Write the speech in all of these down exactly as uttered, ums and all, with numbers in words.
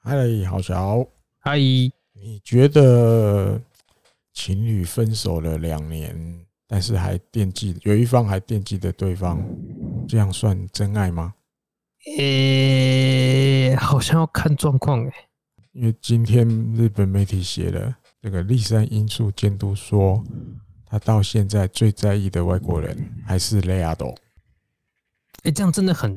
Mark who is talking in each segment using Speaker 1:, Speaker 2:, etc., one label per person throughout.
Speaker 1: 嗨，好小，
Speaker 2: 嗨，
Speaker 1: 你觉得情侣分手了两年，但是还惦记，有一方还惦记着对方，这样算真爱吗？
Speaker 2: 诶、好像要看状况诶。
Speaker 1: 因为今天日本媒体写了，这个立山因素监督说，他到现在最在意的外国人还是雷亚斗。
Speaker 2: 诶、这样真的很……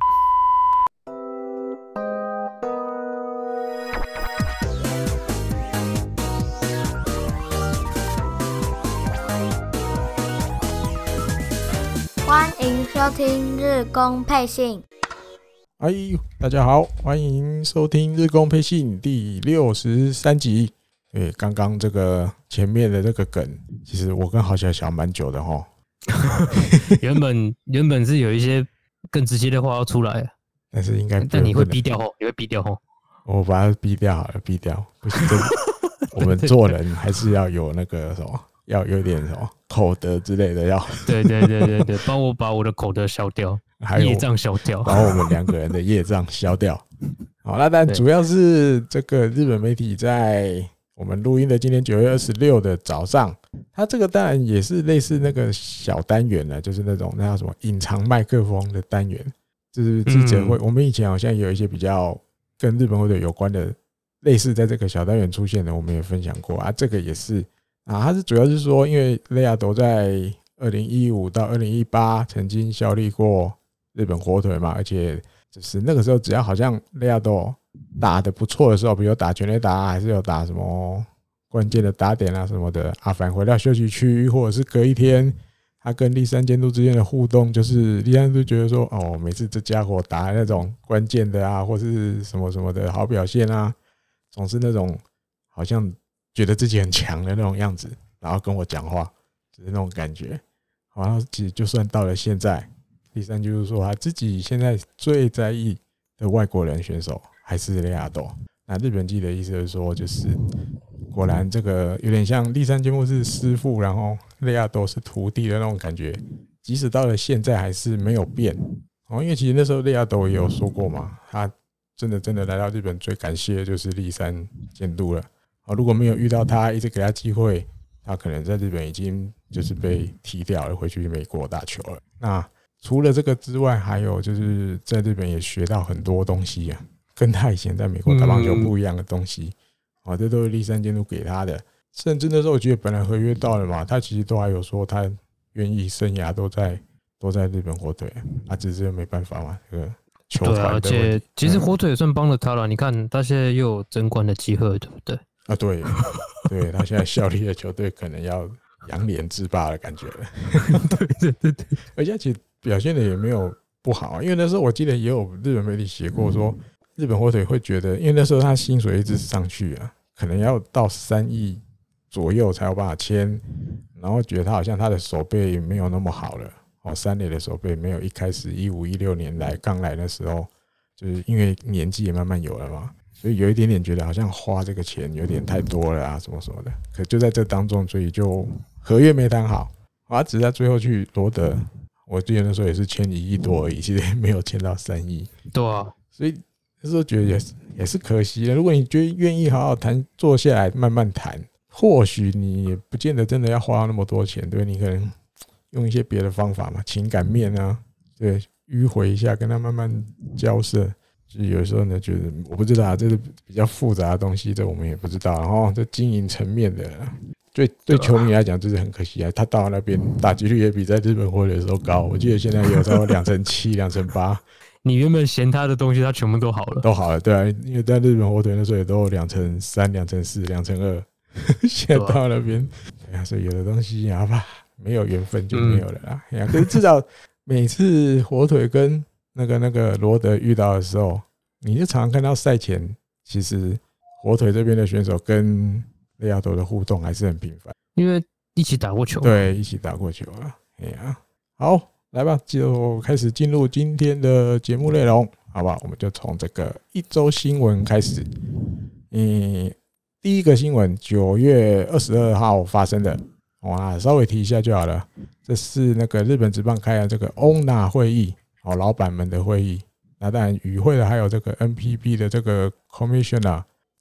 Speaker 3: 欢迎收听日工配信。
Speaker 1: 哎呦，大家好，欢迎收听日工配信第六十三集。对，刚刚这个前面的这个梗，其实我跟郝小小蛮久的齁。
Speaker 2: 原本原本是有一些更直接的话要出来，
Speaker 1: 但是应该不
Speaker 2: 但你会
Speaker 1: 不能
Speaker 2: 逼掉吼，你会逼掉吼。
Speaker 1: 我把它逼掉好了，逼掉不行。这我们做人还是要有那个什么，要有点什么口德之类的，要
Speaker 2: 对对对对对，帮我把我的口德消掉，
Speaker 1: 还有
Speaker 2: 业障消掉，
Speaker 1: 把我们两个人的业障消掉。好，那但主要是这个日本媒体在我们录音的今天九月二十六的早上，它这个当然也是类似那个小单元了，就是那种那叫什么隐藏麦克风的单元，就是记者会。嗯、我们以前好像有一些比较跟日本或者有关的，类似在这个小单元出现的，我们也分享过啊。这个也是啊，它是主要是说，因为雷亚斗在二零一五到二零一八曾经效力过日本火腿嘛，而且就是那个时候只要好像雷亚斗打得不错的时候，比如打全垒打，还是有打什么关键的打点啊什么的啊，返回到休息区，或者是隔一天，他跟立山监督之间的互动，就是立山就觉得说，哦，每次这家伙打那种关键的啊，或是什么什么的好表现啊，总是那种好像觉得自己很强的那种样子，然后跟我讲话，就是那种感觉。好像其实就算到了现在，立山就是说他自己现在最在意的外国人选手还是雷亚斗。那日本记的意思是说，就是果然这个有点像立山监督是师傅，然后雷亚斗是徒弟的那种感觉，即使到了现在还是没有变。哦，因为其实那时候雷亚斗也有说过嘛，他真的真的来到日本最感谢的就是立山监督了。哦，如果没有遇到他，一直给他机会，他可能在日本已经就是被踢掉了，回去美国打球了。那除了这个之外，还有就是在日本也学到很多东西啊，跟他以前在美国打棒球不一样的东西。啊，这都是立山监督给他的。甚至那时候我觉得本来合约到了嘛，他其实都还有说他愿意生涯都在都在日本火腿，啊，只是没办法嘛，这个球团的问题。
Speaker 2: 对啊，而且其实火腿也算帮了他了。嗯、你看他现在又有争冠的机会，对不对？
Speaker 1: 啊，对，对他现在效力的球队可能要扬脸制霸的感觉了。
Speaker 2: 对对对对，
Speaker 1: 而且其实表现的也没有不好，因为那时候我记得也有日本媒体写过说。日本火腿会觉得，因为那时候他薪水一直上去啊，可能要到三亿左右才有办法签，然后觉得他好像他的手背没有那么好了，哦，三垒的手背没有一开始一五一六年来刚来的时候，就是因为年纪也慢慢有了嘛，所以有一点点觉得好像花这个钱有点太多了啊，什么什么的。可就在这当中，所以就合约没谈好，啊，只是在最后去罗德，我记得那时候也是签一亿多而已，其实没有签到三亿。
Speaker 2: 对啊，
Speaker 1: 所以。那时候觉得也是也是可惜的。如果你觉得愿意好好谈，坐下来慢慢谈，或许你也不见得真的要花那么多钱，对，你可能用一些别的方法嘛，情感面啊，对，迂回一下，跟他慢慢交涉。就是有时候呢，觉得我不知道，这是比较复杂的东西，这我们也不知道。然后这经营层面的，对对球迷来讲，就是很可惜啊。他到那边打击率也比在日本火腿的时候高，我记得现在有超过两成七、两成八。
Speaker 2: 你原本嫌他的东西，他全部都好了，
Speaker 1: 都好了，对啊，因为在日本火腿那时候也都有两成三、两成四、两成二，现在到那边，对啊，所以有的东西啊吧，没有缘分就没有了啦。嗯、可是至少每次火腿跟那个那个罗德遇到的时候，你就常常看到赛前，其实火腿这边的选手跟雷亚斗的互动还是很频繁，
Speaker 2: 因为一起打过球，
Speaker 1: 对，一起打过球啊，哎呀，好。来吧，就开始进入今天的节目内容，好吧？我们就从这个一周新闻开始。嗯，第一个新闻，九月二十二号发生的，哇，稍微提一下就好了。这是那个日本职棒开的这个 O N A 会议，哦，老板们的会议。那当然与会的还有这个 N P B 的这个 Commissioner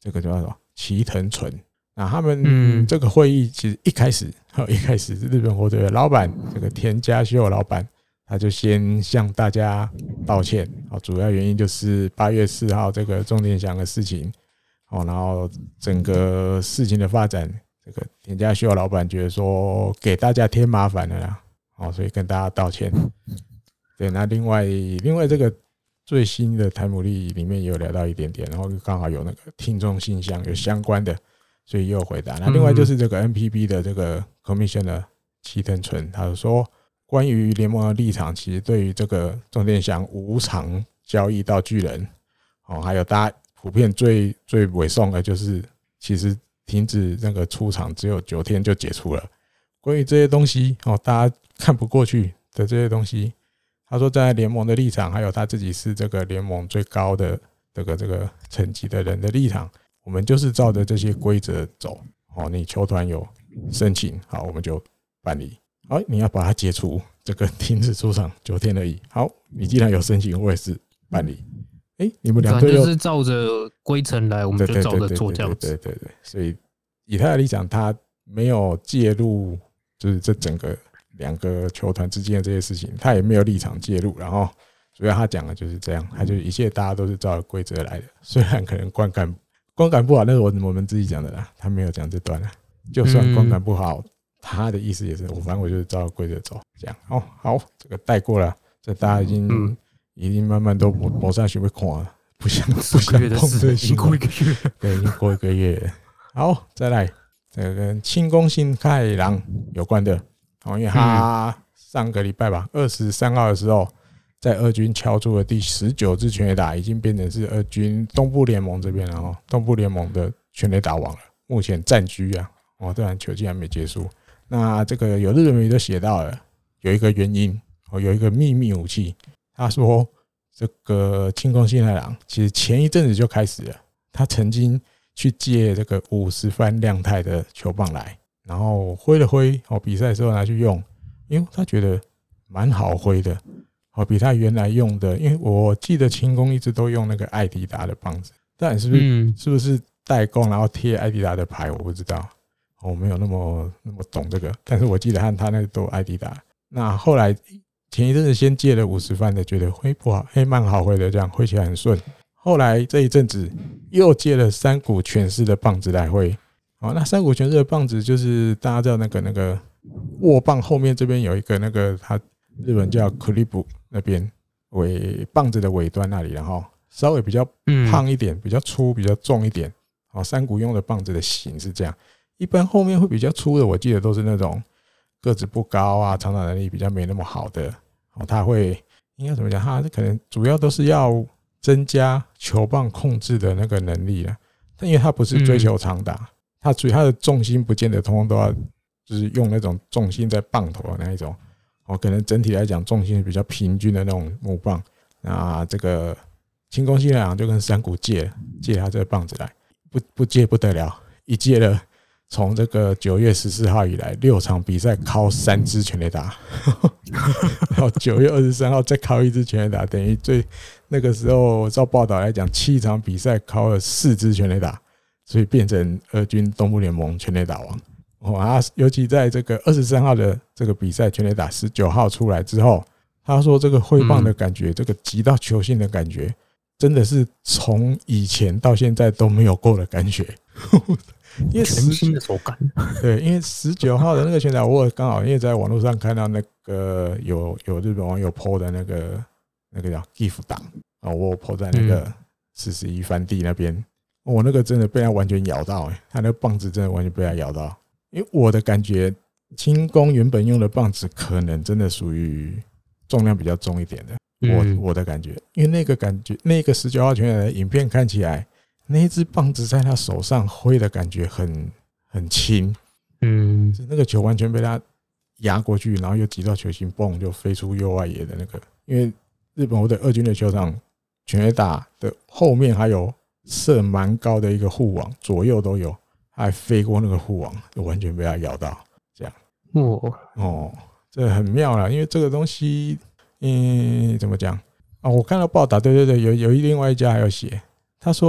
Speaker 1: 这个叫什么齐藤纯。那他们这个会议其实一开始，一开始日本火腿的老板这个田家秀老板，他就先向大家道歉，主要原因就是八月四号这个重电祥的事情，然后整个事情的发展，这个田家秀老板觉得说给大家添麻烦了啦，所以跟大家道歉。对，那另外另外这个最新的台姆利里面也有聊到一点点，然后刚好有那个听众信箱有相关的，所以也有回答。那另外就是这个 N P B 的这个 Commissioner 齐藤纯，他说关于联盟的立场，其实对于这个重电祥无偿交易到巨人，还有大家普遍最最尾送的就是其实停止那个出场只有九天就解除了。关于这些东西，大家看不过去的这些东西，他说在联盟的立场，还有他自己是这个联盟最高的这个这个层级的人的立场，我们就是照着这些规则走。你球团有申请，好，我们就办理。好，你要把它解除，这个停止出场九天而已。好，你既然有申请，我也是办理。哎、欸，你们两队
Speaker 2: 就是照着规程来，我们就照着做这样子。
Speaker 1: 对对对对，所以以他的立场，他没有介入，就是这整个两个球团之间的这些事情，他也没有立场介入。然后主要他讲的就是这样，他就一切大家都是照着规则来的。虽然可能观感观感不好，那是我我们自己讲的啦，他没有讲这段啦。就算观感不好。嗯，他的意思也是，我反正我就是照规则走，这样哦。好，这个带过了，这大家已经、嗯、已经慢慢都没啥想要看了，不想不想碰这些。已经过一个月，对，已经过一个月。好，再来这个跟清宫幸太郎有关的，因为他上个礼拜吧，二十三号的时候，在二军敲出了第十九支全垒打，已经变成是二军东部联盟这边了哦，东部联盟的全垒打王了，目前占据啊，哦，这场球竟然没结束。那这个有日本媒体就写到了有一个原因，有一个秘密武器。他说这个清宫幸太郎其实前一阵子就开始了，他曾经去借这个五十番亮太的球棒来，然后挥了挥，比赛的时候拿去用，因为他觉得蛮好挥的，比他原来用的，因为我记得清宫一直都用那个艾迪达的棒子，但是不是是不是代工然后贴艾迪达的牌我不知道。我没有那么那么懂这个，但是我记得他他那个都艾迪达。那后来前一阵子先借了五十番的，觉得挥不好，嘿，蛮好挥的，这样挥起来很顺。后来这一阵子又借了山谷拳式的棒子来挥。好，那山谷拳式的棒子就是大家知道那个那个握棒后面这边有一个那个，他日本叫 clip 那边尾棒子的尾端那里，然后稍微比较胖一点，比较粗，比较重一点。好，山谷用的棒子的型是这样。一般后面会比较粗的，我记得都是那种个子不高啊，长打能力比较没那么好的。他会应该怎么讲？他可能主要都是要增加球棒控制的那个能力啦。但因为他不是追求长打，他所以他的重心不见得通通都要就是用那种重心在棒头的那一种。可能整体来讲重心是比较平均的那种木棒。那这个清宫幸太郎就跟山谷借借他这个棒子来，不不借不得了，一借了。从这个九月十四号以来，六场比赛敲三支全垒打，然后九月二十三号再敲一支全垒打，等于最那个时候照报道来讲，七场比赛敲了四支全垒打，所以变成二军东部联盟全垒打王。哦啊，尤其在这个二十三号的这个比赛全垒打十九号出来之后，他说这个挥棒的感觉，嗯、这个击到球心的感觉，真的是从以前到现在都没有过的感觉。因为
Speaker 2: 全新的手感，
Speaker 1: 对，因为十九号的那个全垒打，我刚好因为在网络上看到那个有有日本网友 po 的那个那个叫 GIF 档啊，我有 po 在那个四十一番地那边，我那个真的被他完全咬到，欸，他那个棒子真的完全被他咬到。因为我的感觉，清宫原本用的棒子可能真的属于重量比较重一点的，我我的感觉，因为那个感觉，那个十九号全垒打的影片看起来。那一支棒子在他手上挥的感觉很很轻，嗯，那个球完全被他压过去，然后又击到球心，蹦就飞出右外野的那个。因为日本火腿二军的球场全垒打的后面还有设蛮高的一个护网，左右都有，他还飞过那个护网，就完全被他咬到，这样。哦哦，这很妙啦，因为这个东西，嗯，怎么讲啊？我看到报道，对对对，有有另外一家还有写，他说。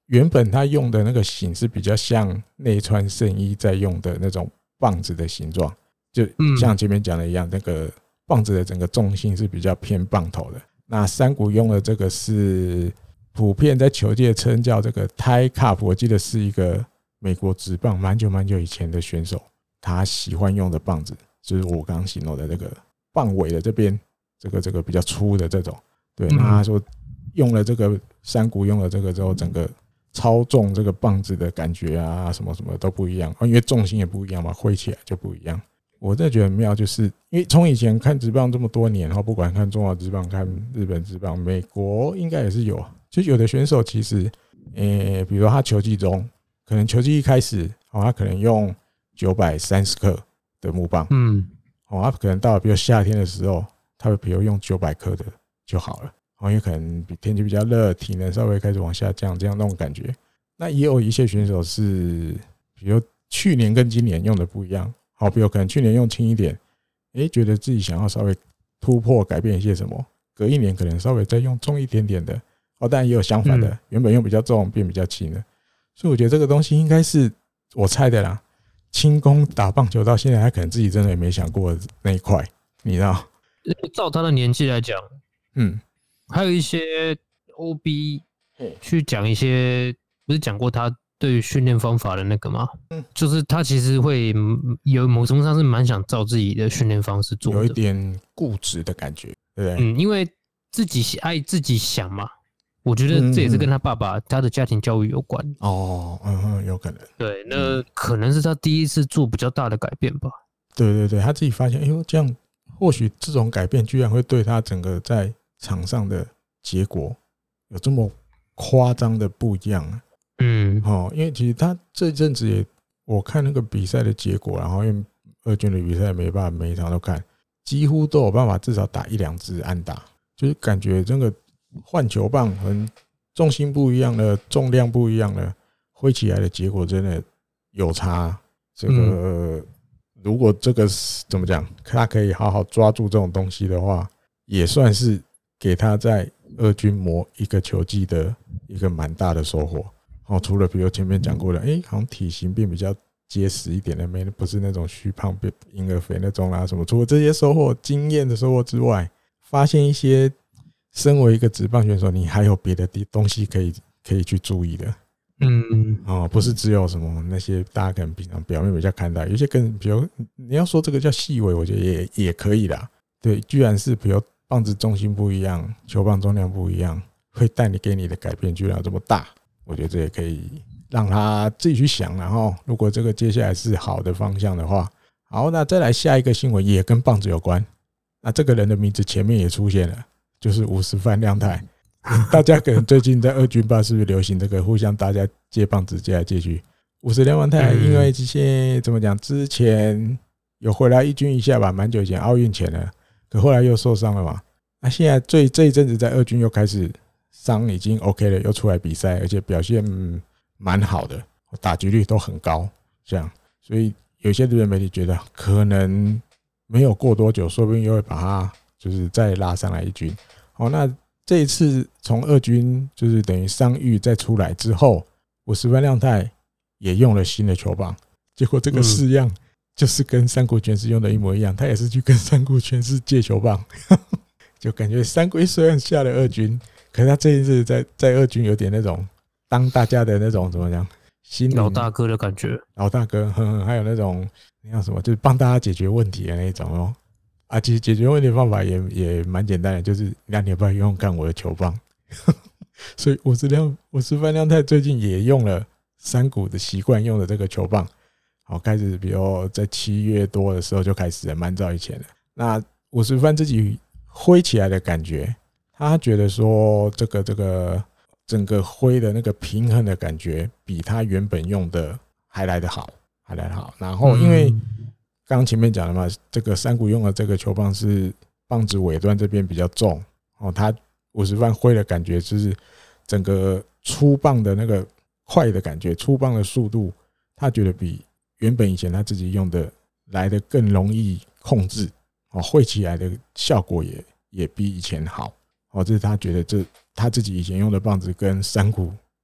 Speaker 1: 原本他用的那个型是比较像内川圣一在用的那种棒子的形状，就像前面讲的一样，那个棒子的整个重心是比较偏棒头的。那山谷用的这个是普遍在球界称叫这个 Thai Cup， 我记得是一个美国职棒蛮久蛮久以前的选手，他喜欢用的棒子就是我刚刚形容的这个棒尾的这边这个这个比较粗的这种。对，那他说用了这个山谷用了这个之后，整个操纵这个棒子的感觉啊，什么什么都不一样，因为重心也不一样嘛，挥起来就不一样。我真的觉得很妙，就是因为从以前看职棒这么多年，然后不管看中华职棒、看日本职棒、美国应该也是有，就有的选手其实，诶、欸，比如说他球季中，可能球季一开始，哦，他可能用九百三十克的木棒，嗯，哦，他可能到了比如夏天的时候，他会比如用九百克的就好了，哦，因为可能比天气比较热，体能稍微开始往下降，这样那种感觉。那也有一些选手是，比如去年跟今年用的不一样。好，比如可能去年用轻一点，哎、欸，觉得自己想要稍微突破改变一些什么，隔一年可能稍微再用重一点点的，哦，当然也有相反的，嗯、原本用比较重变比较轻的，所以我觉得这个东西应该是我猜的啦。轻功打棒球到现在，他可能自己真的也没想过那一块，你知道？
Speaker 2: 照他的年纪来讲，
Speaker 1: 嗯，
Speaker 2: 还有一些 O B 去讲一些，不是讲过他对于训练方法的那个吗？嗯，就是他其实会有某种程度上是蛮想照自己的训练方式做的，
Speaker 1: 有一点固执的感觉，对不对？
Speaker 2: 嗯，因为自己爱自己想嘛，我觉得这也是跟他爸爸他的家庭教育有关。
Speaker 1: 哦，嗯，有可能。
Speaker 2: 对，那可能是他第一次做比较大的改变吧。
Speaker 1: 对对对，他自己发现，哎呦，这样或许这种改变居然会对他整个在场上的结果有这么夸张的不一样。嗯，哦，因为其实他这一阵子也，我看那个比赛的结果，然后因为二军的比赛没办法每一场都看，几乎都有办法至少打一两支安打，就是感觉这个换球棒和重心不一样了，重量不一样了，挥起来的结果真的有差。这个、嗯、如果这个怎么讲，他可以好好抓住这种东西的话，也算是给他在二军磨一个球季的一个蛮大的收获。哦，除了比如前面讲过的，哎、欸，好像体型变比较结实一点的，没不是那种虚胖变婴儿肥那种啦什么。除了这些收获、经验的收获之外，发现一些身为一个职棒选手，你还有别的东西可以可以去注意的。嗯，哦，不是只有什么那些大家可能平常表面比较看到，有些跟比如你要说这个叫细微，我觉得也也可以啦。对，居然是比如棒子重心不一样，球棒重量不一样，会带你给你的改变居然有这么大。我觉得这也可以让他自己去想，然后如果这个接下来是好的方向的话，好，那再来下一个新闻也跟棒子有关。那这个人的名字前面也出现了，就是五十番亮太。大家可能最近在二军吧是不是流行这个互相大家接棒子接来接去？五十亮太因为这些怎么讲，之前有回来一军一下吧，蛮久以前奥运前了，可后来又受伤了嘛。那现在最这一阵子在二军又开始。伤已经 OK 了，又出来比赛，而且表现蛮好的，打击率都很高，这样，所以有些日本媒体觉得可能没有过多久，说不定又会把他就是再拉上来一军。好，那这一次从二军就是等于伤愈再出来之后，五十番亮太也用了新的球棒，结果这个式样就是跟山谷拳士用的一模一样，他也是去跟山谷拳士借球棒，就感觉山龟虽然下了二军。可是他这一次在在二军有点那种当大家的那种怎么讲，心
Speaker 2: 老大哥的感觉，
Speaker 1: 老大哥，呵呵，还有那种那叫什么，就是帮大家解决问题的那种哦。啊，其实解决问题的方法也也蛮简单的，就是让你要不要用干我的球棒。所以五十亮五十番亮太最近也用了山谷的习惯用的这个球棒，好，开始比如在七月多的时候就开始了，蛮早以前了。那五十番自己挥起来的感觉。他觉得说这个这个整个挥的那个平衡的感觉比他原本用的还来得好，还来得好。然后因为刚刚前面讲了嘛，这个山谷用的这个球棒是棒子尾端这边比较重，哦，他五十番挥的感觉就是整个出棒的那个快的感觉，出棒的速度，他觉得比原本以前他自己用的来得更容易控制，哦，挥起来的效果也也比以前好。哦，这是他觉得这他自己以前用的棒子跟山谷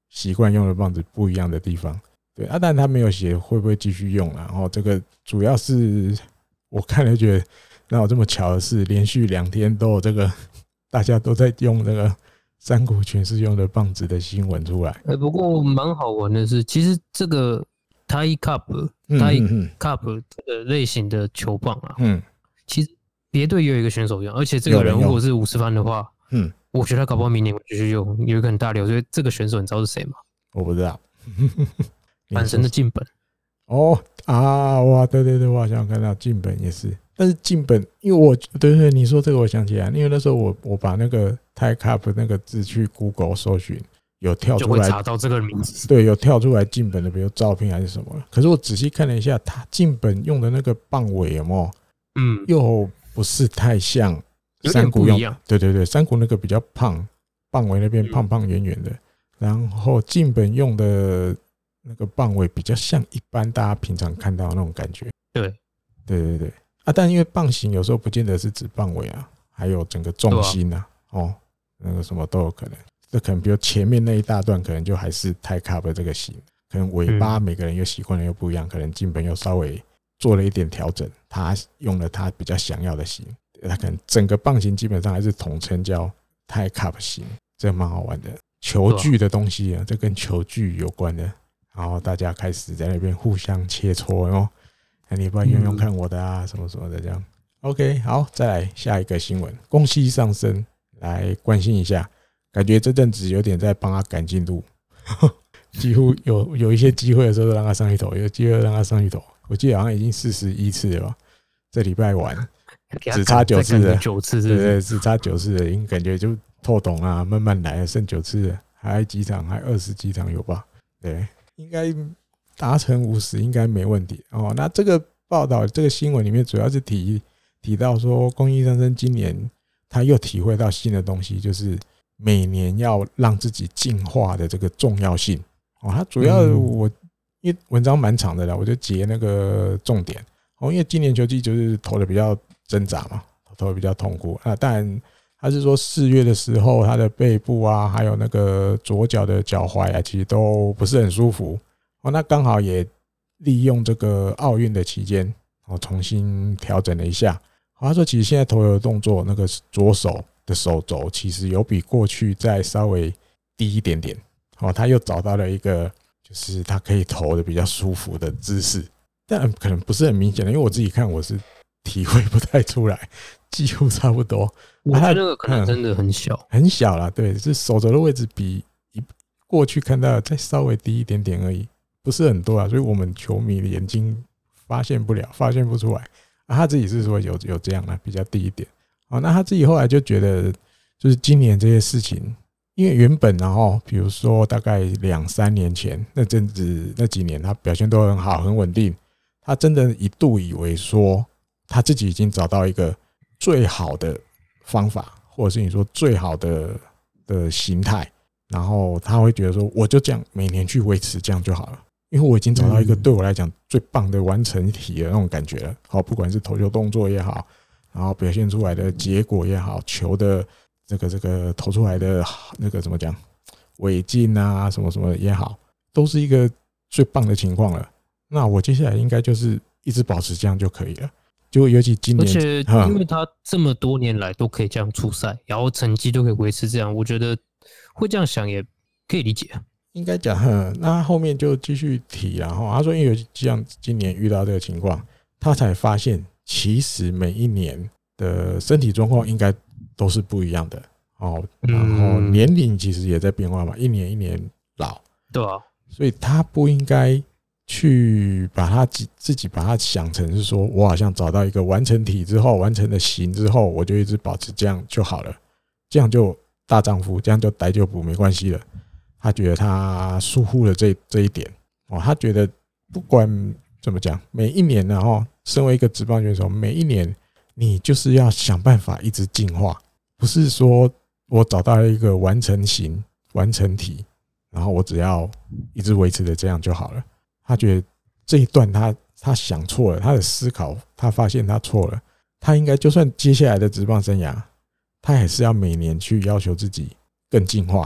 Speaker 1: 习惯用的棒子不一样的地方。对啊，但他没有写会不会继续用啊，然后这个主要是我看了觉得哪有这么巧的事，连续两天都有这个大家都在用那个山谷全是用的棒子的新闻出来。
Speaker 2: 欸、不过蛮好玩的是，其实这个 Thai Cup、Thai Cup 这个类型的球棒啊，嗯，其实别队也有一个选手用，而且这个人如果是五十番的话，嗯，我觉得他搞不好明年会继续用，有一个很大流。所以这个选手你知道是谁吗？
Speaker 1: 我不知道。
Speaker 2: 阪神的近本。
Speaker 1: 哦啊，哇，对对对，我好像看到近本也是。但是近本，因为我对对，你说这个我想起来，因为那时候我我把那个 Thai Cup 那个字去 Google 搜寻，有跳出来，
Speaker 2: 就会查到这个名字。
Speaker 1: 对，有跳出来近本的，比如照片还是什么。可是我仔细看了一下，他近本用的那个棒尾有没有？嗯，又不是太像山谷用。对对对，山谷那个比较胖，棒尾那边胖胖圆圆的，然后近本用的那个棒尾比较像一般大家平常看到的那种感觉。
Speaker 2: 对，
Speaker 1: 对对对。啊，但因为棒型有时候不见得是指棒尾啊，还有整个重心啊，啊哦，那个什么都有可能。这可能比如前面那一大段可能就还是Thai Cup的这个型，可能尾巴每个人又习惯的又不一样，可能近本又稍微做了一点调整，他用了他比较想要的型，他可能整个棒型基本上还是统称叫Thai Cup型，这蛮好玩的。球具的东西啊，这跟球具有关的，然后大家开始在那边互相切磋哦。你不要用用看我的啊，什么什么的这样。OK， 好，再来下一个新闻，供需上升，来关心一下。感觉这阵子有点在帮他赶进度，几乎有有一些机会的时候都让他上一头，有机会让他上一头。我记得好像已经四十一次了吧，这礼拜完只差九次了，
Speaker 2: 九次
Speaker 1: 对对，只差九次了，已经感觉就透懂啊，慢慢来，剩九次了，还几场，还二十几场有吧？对，应该。达成五十应该没问题哦。那这个报道，这个新闻里面主要是提提到说，工益上升今年他又体会到新的东西，就是每年要让自己进化的这个重要性哦。他主要我因为文章蛮长的啦，我就截那个重点哦。因为今年球季就是投的比较挣扎嘛，投的比较痛苦啊。当然他是说四月的时候，他的背部啊，还有那个左脚的脚踝啊，其实都不是很舒服。哦，那刚好也利用这个奥运的期间，哦，重新调整了一下。哦，他说，其实现在投球的动作，那个左手的手肘其实有比过去再稍微低一点点。哦，他又找到了一个，就是他可以投的比较舒服的姿势，但可能不是很明显的，因为我自己看我是体会不太出来，几乎差不多。
Speaker 2: 我觉得那个可能真的很小，
Speaker 1: 嗯、很小啦，对，是手肘的位置比过去看到的再稍微低一点点而已。不是很多啊，所以我们球迷的眼睛发现不了，发现不出来。啊，他自己是说有有这样的比较低一点。哦，那他自己后来就觉得，就是今年这些事情，因为原本然后比如说大概两三年前那阵子那几年，他表现都很好，很稳定。他真的一度以为说他自己已经找到一个最好的方法，或者是你说最好的的形态，然后他会觉得说，我就这样每年去维持这样就好了。因为我已经找到一个对我来讲最棒的完成体的那种感觉了。好，不管是投球动作也好，然后表现出来的结果也好，球的这个这个投出来的那个怎么讲，尾劲啊什么什么也好，都是一个最棒的情况了。那我接下来应该就是一直保持这样就可以了。就尤其今年，
Speaker 2: 而且因为他这么多年来都可以这样出赛，然后成绩都可以维持这样，我觉得会这样想也可以理解。
Speaker 1: 应该讲，那后面就继续提啦。他说，因为像今年遇到这个情况，他才发现其实每一年的身体状况应该都是不一样的哦。然后年龄其实也在变化嘛，一年一年老，
Speaker 2: 对啊，
Speaker 1: 所以他不应该去把他自己把他想成是说，我好像找到一个完成体之后，完成的型之后，我就一直保持这样就好了，这样就大丈夫，这样就逮就补没关系了。他觉得他疏忽了这这一点哦，他觉得不管怎么讲，每一年呢，哈，身为一个职棒选手，每一年你就是要想办法一直进化，不是说我找到了一个完成型、完成体，然后我只要一直维持的这样就好了。他觉得这一段他他想错了，他的思考他发现他错了，他应该就算接下来的职棒生涯，他还是要每年去要求自己更进化。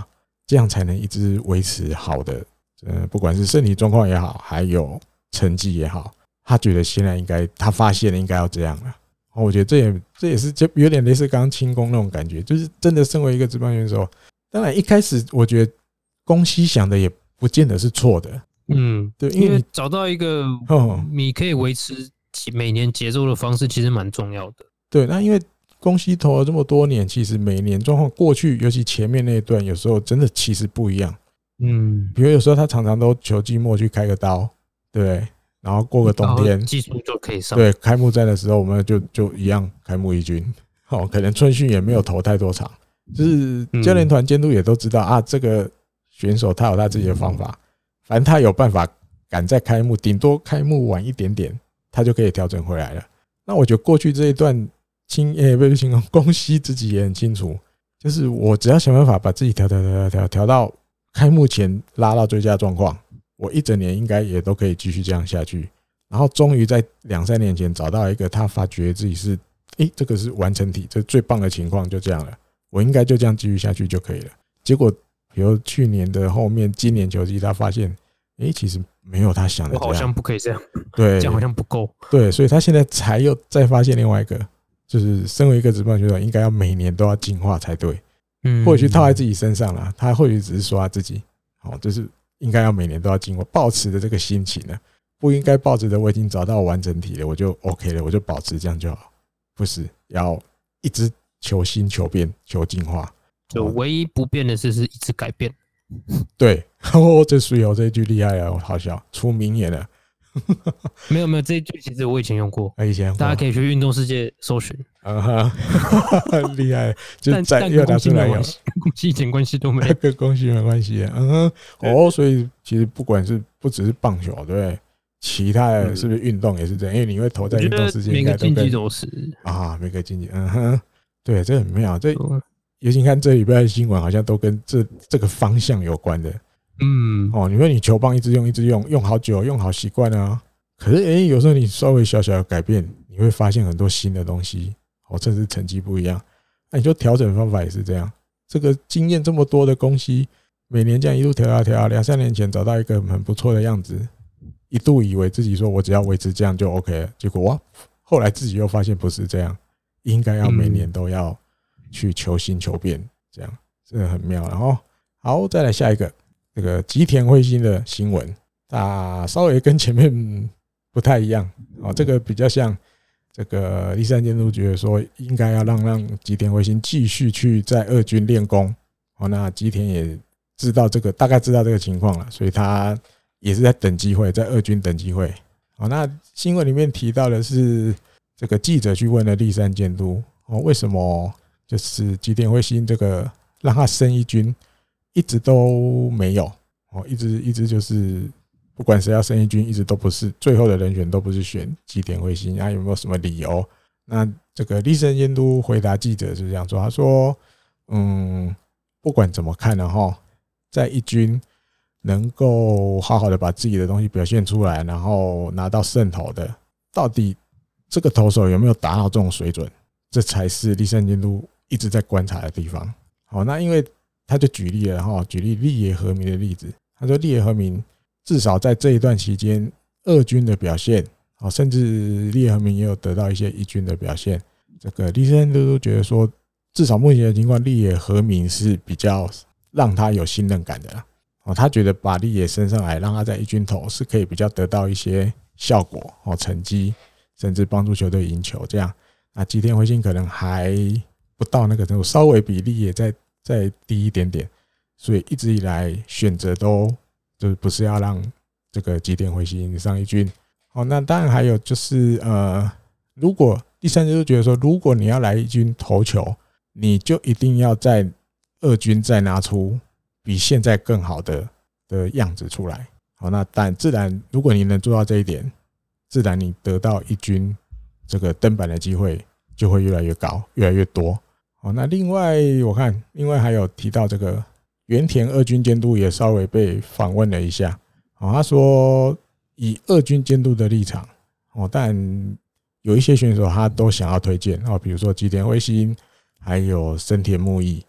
Speaker 1: 这样才能一直维持好的，呃，不管是身体状况也好，还有成绩也好，他觉得现在应该，他发现了应该要这样了。我觉得这也这也是就有点类似刚刚轻功那种感觉，就是真的身为一个职棒选手，当然一开始我觉得宫西想的也不见得是错的，
Speaker 2: 嗯，
Speaker 1: 对，
Speaker 2: 因
Speaker 1: 因为
Speaker 2: 为找到一个你可以维持每年节奏的方式，其实蛮重要的。
Speaker 1: 对，那因为宫西投了这么多年，其实每年状况过去，尤其前面那一段，有时候真的其实不一样。
Speaker 2: 嗯，
Speaker 1: 比如有时候他常常都球季末去开个刀，对，然后过个冬天，
Speaker 2: 技术就可以上。
Speaker 1: 对，开幕战的时候，我们就就一样开幕一军，哦，可能春训也没有投太多场，就是教练团监督也都知道啊，这个选手他有他自己的方法，反正他有办法赶在开幕，顶多开幕晚一点点，他就可以调整回来了。那我觉得过去这一段清诶，不是清宫，宫西自己也很清楚，就是我只要想办法把自己调调调调调到开幕前拉到最佳状况，我一整年应该也都可以继续这样下去。然后终于在两三年前找到一个他发觉自己是，诶，这个是完成体，这最棒的情况，就这样了，我应该就这样继续下去就可以了。结果比如去年的后面，今年球季他发现，诶，其实没有他想的这样，
Speaker 2: 我好像不可以这样，
Speaker 1: 对，
Speaker 2: 这样好像不够，
Speaker 1: 对，所以他现在才又再发现另外一个，就是身为一个职棒选手，应该要每年都要进化才对。嗯，或许套在自己身上啦，他或许只是说他自己，哦，就是应该要每年都要进化，抱持的这个心情呢，不应该抱持的我已经找到完整体了，我就 OK 了，我就保持这样就好，不是要一直求新、求变、求进化。
Speaker 2: 就唯一不变的事是一直改变。
Speaker 1: 对，哦，这水友这一句厉害了，好笑，出名言了。
Speaker 2: 没有没有，这一句其实我以前用过，
Speaker 1: 以前
Speaker 2: 大家可以去运动世界搜寻。
Speaker 1: 啊哈，厉害，就
Speaker 2: 但
Speaker 1: 又拿出来有，
Speaker 2: 跟宫西一点关系都没有，
Speaker 1: 跟宫西没关系。嗯哼，哦，所以其实不管是不只是棒球，对不对？其他的是不是运动也是这样？因为你会投在运动世界，
Speaker 2: 每个竞技都是
Speaker 1: 啊，每个竞技，嗯哼，对，这很妙。这尤其看这礼拜的新闻，好像都跟这这个方向有关的。嗯，哦，你说你球棒一直用，一直用，用好久，用好习惯了啊。可是，哎、欸，有时候你稍微小小的改变，你会发现很多新的东西，哦，甚至成绩不一样。那你就调整方法也是这样。这个经验这么多的宫西，每年这样一路调啊调，两三年前找到一个很不错的样子，一度以为自己说我只要维持这样就 OK 了，结果哇，后来自己又发现不是这样，应该要每年都要去求新求变，这样真的很妙。然后，好，再来下一个。这个吉田辉星的新闻，啊，稍微跟前面不太一样哦。这个比较像这个立山监督觉得说，应该要让让吉田辉星继续去在二军练功。哦，那吉田也知道这个，大概知道这个情况了，所以他也是在等机会，在二军等机会。哦，那新闻里面提到的是，这个记者去问了立山监督，哦，为什么就是吉田辉星这个让他升一军？一直都没有哦，一直一直就是不管谁要升一军，一直都不是最后的人选，都不是选吉田辉星啊？有没有什么理由？那这个立山监督回答记者是这样说，他说：“嗯，不管怎么看呢，哈，在一军能够好好的把自己的东西表现出来，然后拿到胜投的，到底这个投手有没有达到这种水准？这才是立山监督一直在观察的地方。好，那因为。”他就举例了哈，举例立野和明的例子。他说，立野和明至少在这一段期间，二军的表现，甚至立野和明也有得到一些一军的表现。这个立山都觉得说，至少目前的情况，立野和明是比较让他有信任感的啦。他觉得把立野升上来，让他在一军投是可以比较得到一些效果、成绩，甚至帮助球队赢球这样。那吉田辉星可能还不到那个程度，稍微比立野在再低一点点，所以一直以来选择都就是不是要让这个吉田辉星上一军。好，那当然还有就是呃，如果第三就觉得说，如果你要来一军投球，你就一定要在二军再拿出比现在更好的的样子出来。好，那但自然如果你能做到这一点，自然你得到一军这个登板的机会就会越来越高，越来越多。哦，那另外我看，另外还有提到这个原田二军监督也稍微被访问了一下。哦，他说以二军监督的立场，哦，但有一些选手他都想要推荐哦，比如说吉田辉星，还有森田牧义。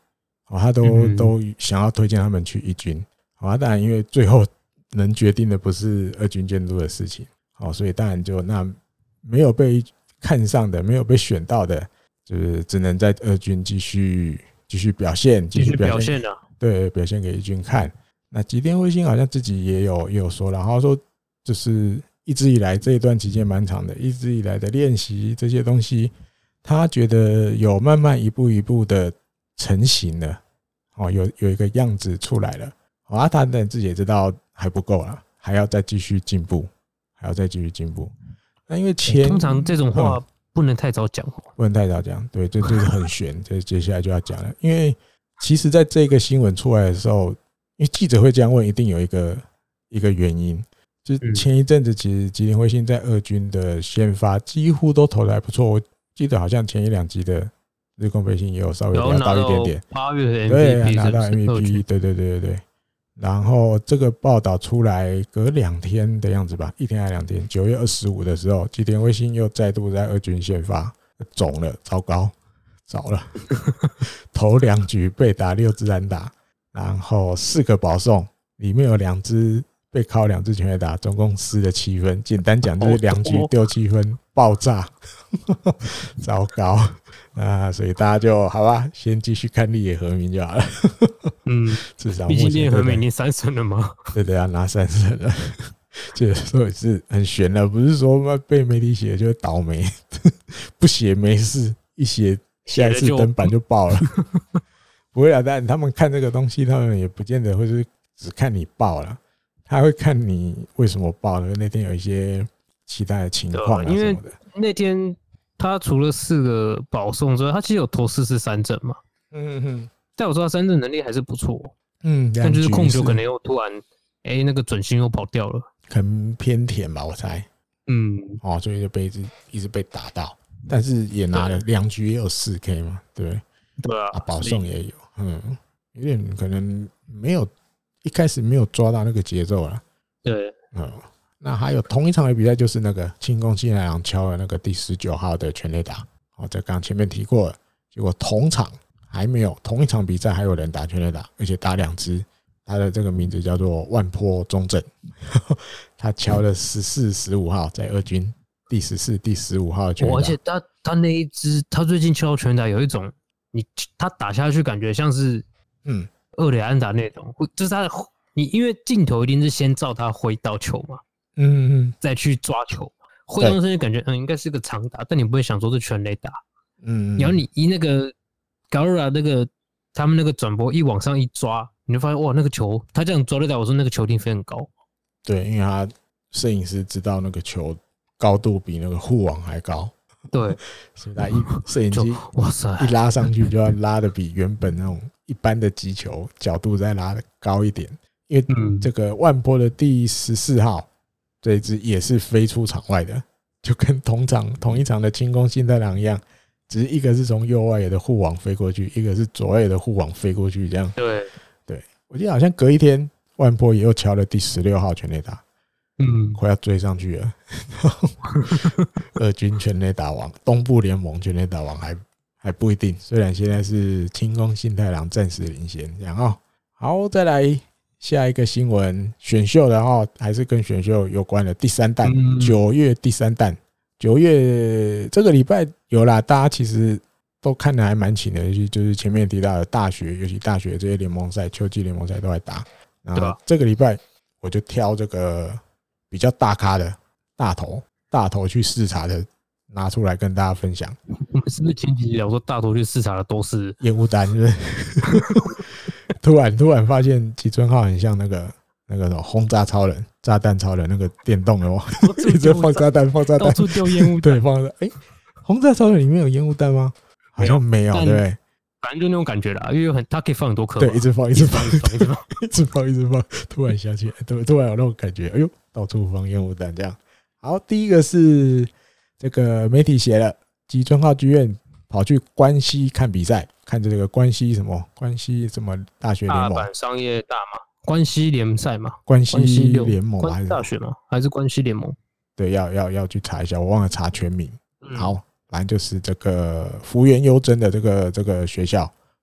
Speaker 1: 哦，他都都想要推荐他们去一军。好，当然因为最后能决定的不是二军监督的事情，好，所以当然就那没有被看上的，没有被选到的，就是只能在二军继续继续表现，
Speaker 2: 继续表现啊，
Speaker 1: 对，表现给一军看。那吉田辉星好像自己也有也有说了，然后说就是一直以来这一段期间蛮长的，一直以来的练习这些东西，他觉得有慢慢一步一步的成型了，哦，有有一个样子出来了。好啊，他自己也知道还不够啦，还要再继续进步，还要再继续进步。那因为前
Speaker 2: 通常这种话不能太早讲，
Speaker 1: 不能太早讲，对，这就是很悬。这接下来就要讲了，因为其实在这个新闻出来的时候，因为记者会这样问，一定有一个一个原因。就是前一阵子，其实吉田辉星在二军的先发几乎都投得还不错。我记得好像前一两集的日工背信也有稍微聊到一点点，
Speaker 2: 八月
Speaker 1: 对，拿到 M V P， 对对对对对。然后这个报道出来隔两天的样子吧，一天还两天，九月二十五的时候，吉田辉星又再度在二军先发，肿了，糟糕，糟了，头两局被打六支安打，然后四个保送，里面有两支被敲两支全垒打，总共失了七分。简单讲就是两局丢七分，爆炸，糟糕。那所以大家就好吧，先继续看立野和明就好了。
Speaker 2: 嗯，
Speaker 1: 至少
Speaker 2: 毕竟立野和明已经三胜了嘛。
Speaker 1: 对对啊，拿三胜了，这所以是很悬的，不是说被媒体写就倒霉，不写没事，一写下一次登板就爆了。不会啊，但他们看这个东西，他们也不见得会是只看你爆了，他会看你为什么爆了。那天有一些其他的情况啊什么的。因为
Speaker 2: 那天他除了四个保送之外，他其实有投四次三振嘛。
Speaker 1: 嗯哼，
Speaker 2: 但我说他三振能力还是不错。
Speaker 1: 嗯，
Speaker 2: 但就是控球可能又突然，哎、欸，那个准心又跑掉了，
Speaker 1: 可能偏甜吧，我猜。嗯，哦，所以就被一直一直被打到，但是也拿了两局也有四 K 嘛，对不对？
Speaker 2: 对啊，
Speaker 1: 啊，保送也有，嗯，有点可能没有一开始没有抓到那个节奏了。
Speaker 2: 对，
Speaker 1: 嗯。那还有同一场的比赛，就是那个清宫信太郎敲了那个第十九号的全垒打，哦，这刚前面提过了。结果同场还没有，同一场比赛还有人打全垒打，而且打两支。他的这个名字叫做万坡中正，他敲了十四、十五号，在二军第十四、第十五号的全垒打。
Speaker 2: 而且他他那一支，他最近敲全垒打有一种，你他打下去感觉像是嗯二垒安打那种，就是他的你因为镜头一定是先照他挥到球嘛。嗯嗯，再去抓球，挥动身就感觉嗯应该是个长打，但你不会想说是全垒打。嗯，然后你一那个 Galera 那个他们那个转播一往上一抓，你就发现哇那个球他这样抓得到，我说那个球一定飞很高。
Speaker 1: 对，因为他摄影师知道那个球高度比那个护网还高。
Speaker 2: 对，
Speaker 1: 所以他一摄影机哇塞一拉上去就要拉得比原本那种一般的击球角度再拉得高一点，因为这个万波的第十四号。这一支也是飞出场外的，就跟同场同一场的清宫信太郎一样，只是一个是从右外野的护网飞过去，一个是左外野的护网飞过去，这样。
Speaker 2: 对，
Speaker 1: 对，我记得好像隔一天，万波也又敲了第十六号全垒打，嗯，快要追上去了。二军全垒打王，东部联盟全垒打王还还不一定，虽然现在是清宫信太郎暂时领先，这样哦。好，再来。下一个新闻，选秀的话还是跟选秀有关的第三弹，九月第三弹，九月这个礼拜有啦，大家其实都看得还蛮勤的，尤其就是前面提到的大学，尤其大学这些联盟赛、秋季联盟赛都在打。然后这个礼拜我就挑这个比较大咖的大头，大头去视察的拿出来跟大家分享。
Speaker 2: 我们是不是前几集聊说大头去视察的都是
Speaker 1: 烟雾弹，是不是？突然突然发现吉村浩很像那个那个什么轰炸超人、炸弹超人那个电动的哦，一直放炸弹、放炸弹，
Speaker 2: 到处丢烟雾弹。
Speaker 1: 对，放的。哎，轰炸超人里面有烟雾弹吗？好像没有，对不对？
Speaker 2: 反正就那种感觉啦，因为很它可以放很多颗。
Speaker 1: 对，一直放，一直放，一直放，一直放，一直放，一直放。突然想起来，突突然有那种感觉，哎呦，到处放烟雾弹这样。好，第一个是这个媒体写了，吉村浩剧院跑去关西看比赛。看着这个关西什么关西什么大学联盟，
Speaker 2: 大阪商业大嘛，关西联赛嘛，
Speaker 1: 关西联盟还是
Speaker 2: 大学嘛，还是关西联盟？
Speaker 1: 对，要要要去查一下，我忘了查全名。嗯、好，反正就是这个福原优真的这个这个学校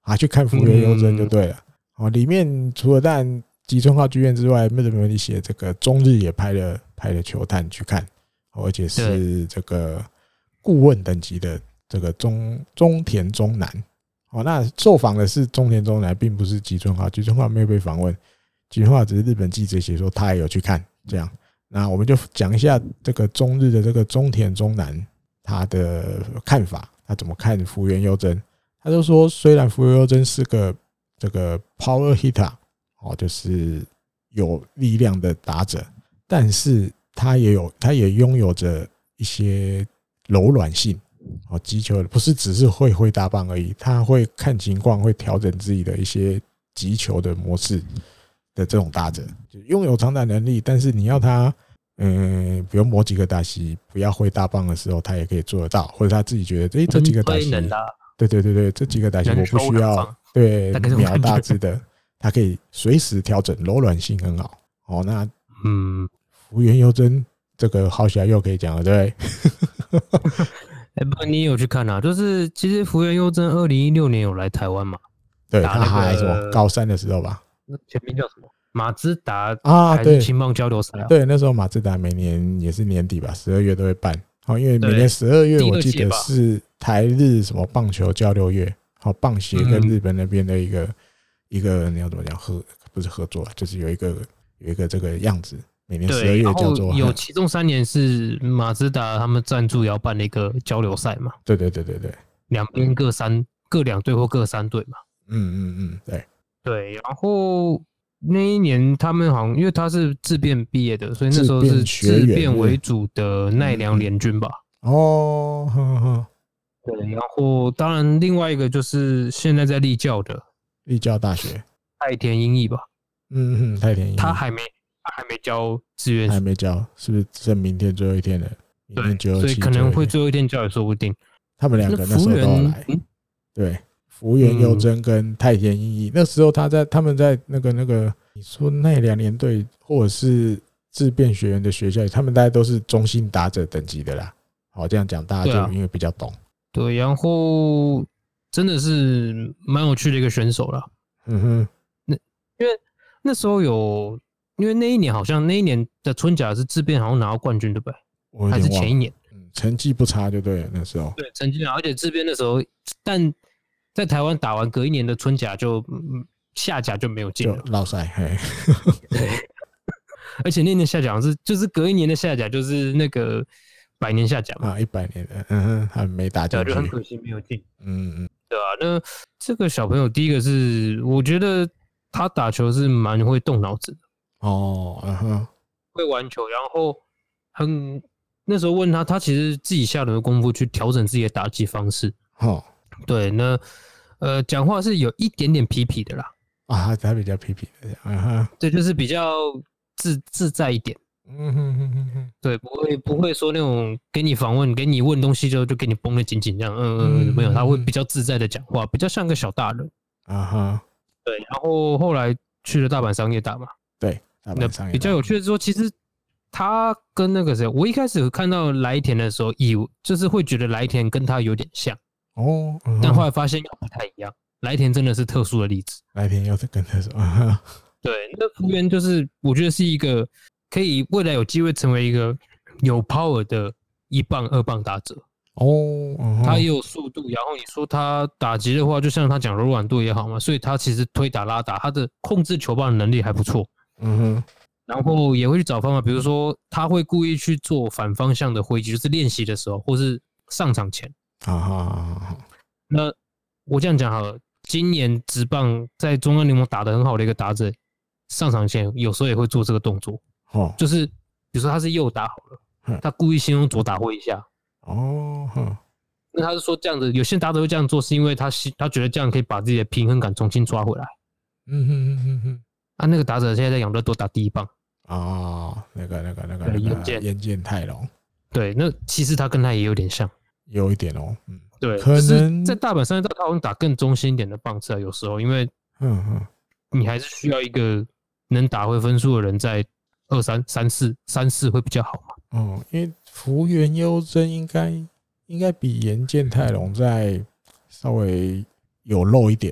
Speaker 1: 啊，去看福原优真就对了。哦，里面除了当然吉村浩剧院之外，日本媒体写这个中日也拍了拍了球探去看，而且是这个顾问等级的这个中中田中南。哦，那受访的是中田中南，并不是吉村浩，吉村浩没有被访问，吉村浩只是日本记者写说他也有去看这样。那我们就讲一下这个中日的这个中田中南他的看法，他怎么看福原优真？他就说，虽然福原优真是个这个 power hitter， 哦，就是有力量的打者，但是他也有，他也拥有着一些柔软性。哦，击球不是只是会挥大棒而已，他会看情况，会调整自己的一些击球的模式的这种打者，就拥有长打能力，但是你要他，嗯，比如某几个打席不要挥大棒的时候，他也可以做得到，或者他自己觉得，哎，这几个打席，对对对对，这几个打席我不需要对秒大致的，他可以随时调整，柔软性很好。哦，那嗯，福原优真这个好小又可以讲了，对不对？
Speaker 2: 哎，不，你有去看啊？就是其实福原优真二零一六年有来台湾嘛？
Speaker 1: 对，他还什么高三的时候吧？
Speaker 2: 前面叫什么？马自达
Speaker 1: 啊，对，
Speaker 2: 青棒交流赛啊。
Speaker 1: 对，那时候马自达每年也是年底吧，十二月都会办。好，因为每年十二月我记得是台日什么棒球交流月，好，棒协跟日本那边的一个、嗯、一个你要怎么讲合不是合作，就是有一个有一个这个样子。每年十二月叫做
Speaker 2: 有其中三年是马自达他们赞助要办的一个交流赛嘛？
Speaker 1: 对对对对对，
Speaker 2: 两边各三各两队或各三队嘛？
Speaker 1: 嗯嗯嗯，对
Speaker 2: 对。然后那一年他们好像因为他是自辩毕业的，所以那时候是自辩为主的奈良联军吧？
Speaker 1: 哦，呵呵，
Speaker 2: 对。然后当然另外一个就是现在在立教的
Speaker 1: 立教大学
Speaker 2: 太田英义吧？
Speaker 1: 嗯嗯，太田英义
Speaker 2: 他还没。他还没交志愿，
Speaker 1: 还没交，是不是剩明天最后一天了？明天九二七，
Speaker 2: 所以可能会最后一天交也说不定。
Speaker 1: 他们两个那时候都要来，嗯、对，福原优真跟太田英义、嗯，那时候他在他们在那个那个，你说奈良联队或者是自辩学院的学校，他们大家都是中心打者等级的啦。好，这样讲大家就因为比较懂。
Speaker 2: 对，然后真的是蛮有趣的一个选手啦。
Speaker 1: 嗯哼，
Speaker 2: 那因为那时候有。因为那一年好像那一年的春甲是自辩好像拿到冠军对不对？还是前一年？
Speaker 1: 嗯，成绩不差就对了，那时候。
Speaker 2: 对，成绩好，而且自辩那时候，但在台湾打完隔一年的春甲就、嗯、下甲就没有进了，
Speaker 1: 就落赛。嘿，
Speaker 2: 对。而且那年下甲是就是隔一年的下甲就是那个百年下甲嘛，
Speaker 1: 啊，一百年的，嗯哼，还没打进去，
Speaker 2: 就很可惜没有进。
Speaker 1: 嗯嗯，
Speaker 2: 对啊，那这个小朋友第一个是我觉得他打球是蛮会动脑子的。
Speaker 1: 哦，嗯哼，
Speaker 2: 会玩球，然后很那时候问他，他其实自己下了功夫去调整自己的打击方式。哦，对，那呃，讲话是有一点点痞痞的啦。
Speaker 1: 啊，他比较痞痞的，嗯哼，
Speaker 2: 对，就是比较自自在一点。
Speaker 1: 嗯哼哼哼哼，
Speaker 2: 对，不会不会说那种给你访问、给你问东西就就给你绷得紧紧这样，嗯嗯，没有，他会比较自在的讲话，比较像个小大人。
Speaker 1: 啊哈，
Speaker 2: 对，然后后来去了大阪商业打嘛。
Speaker 1: 对。
Speaker 2: 那比较有趣的是说，其实他跟那个谁，我一开始有看到来田的时候，以就是会觉得来田跟他有点像
Speaker 1: 哦、嗯，
Speaker 2: 但后来发现又不太一样。来田真的是特殊的例子，
Speaker 1: 来田又是跟他说，啊、
Speaker 2: 对，那福原就是我觉得是一个可以未来有机会成为一个有 power 的一棒、二棒打者
Speaker 1: 哦、嗯，
Speaker 2: 他也有速度，然后你说他打击的话，就像他讲柔软度也好嘛，所以他其实推打拉打，他的控制球棒的能力还不错。
Speaker 1: 嗯哼，
Speaker 2: 然后也会去找方法，比如说他会故意去做反方向的挥击，就是练习的时候，或是上场前。
Speaker 1: 啊哈，
Speaker 2: 那我这样讲好了，今年职棒在中央联盟打得很好的一个打者，上场前有时候也会做这个动作。哦，就是比如说他是右打好了，他故意先用左打挥一下。
Speaker 1: 哦，
Speaker 2: 那他是说这样子，有些打者会这样做，是因为他他觉得这样可以把自己的平衡感重新抓回来。
Speaker 1: 嗯哼哼哼哼。
Speaker 2: 啊，那个打者现在在养乐多打第一棒
Speaker 1: 哦，那个那个那个那个岩见太郎，
Speaker 2: 对，那其实他跟他也有点像，
Speaker 1: 有一点哦，嗯，
Speaker 2: 对，可是在大阪商业大他好像打更中心一点的棒次啊，有时候因为嗯嗯，你还是需要一个能打回分数的人在二三三四三四会比较好嘛。
Speaker 1: 哦，因为福原优真应该应该比岩见太郎再稍微有肉一点。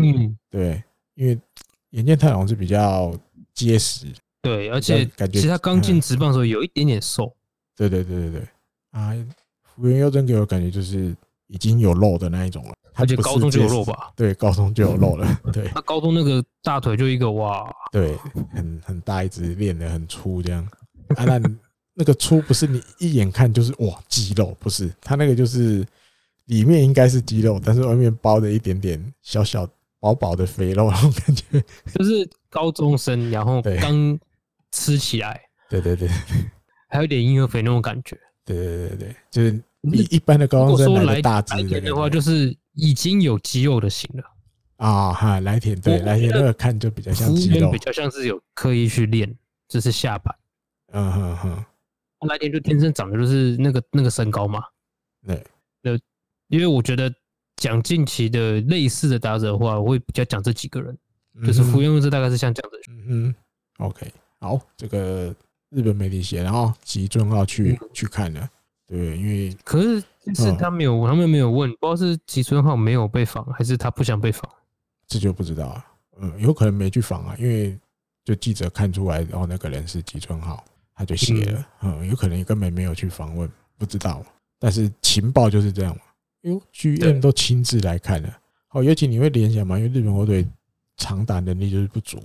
Speaker 2: 嗯，
Speaker 1: 对，因为岩见太郎是比较结实，
Speaker 2: 对，而且
Speaker 1: 感觉
Speaker 2: 其实他刚进职棒的时候有一点点瘦。
Speaker 1: 对对对对对啊，福原佑真给我感觉就是已经有肉的那一种了，
Speaker 2: 而且高中就有肉吧？
Speaker 1: 对，高中就有肉了。对，
Speaker 2: 他高中那个大腿就一个哇，
Speaker 1: 对，很很大一只，练得很粗这样。啊，那那个粗不是你一眼看就是哇肌肉，不是，他那个就是里面应该是肌肉，但是外面包的一点点小小薄薄的肥肉那种感觉，
Speaker 2: 就是高中生，然后刚吃起来，
Speaker 1: 对对对，
Speaker 2: 还有点婴儿肥那种感觉。
Speaker 1: 对对对对，就是比一般的高中生来的大只
Speaker 2: 的话，就是已经有肌肉的型了
Speaker 1: 啊哈。来田对来田那个看就比较像肌肉，
Speaker 2: 比较像是有刻意去练，就是下板。
Speaker 1: 嗯哼哼，
Speaker 2: 来田就天生长的就是那个那个身高嘛。
Speaker 1: 对，
Speaker 2: 那因为我觉得讲近期的类似的打者的话，我会比较讲这几个人，嗯、就是福原佑这大概是像这样的。
Speaker 1: 嗯哼 ，OK， 好，这个。日本媒体写，然后吉尊浩去、嗯、去看了，对，因为
Speaker 2: 可是就是他没有，嗯、他们没有问，不知道是吉尊浩没有被访，还是他不想被访，
Speaker 1: 这就不知道了。嗯，有可能没去访啊，因为就记者看出来，然后那个人是吉尊浩，他就写了，嗯，嗯有可能也根本没有去访问，不知道。但是情报就是这样嘛，因为 G M 都亲自来看了，哦，尤其你会联想嘛，因为日本火腿长打能力就是不足，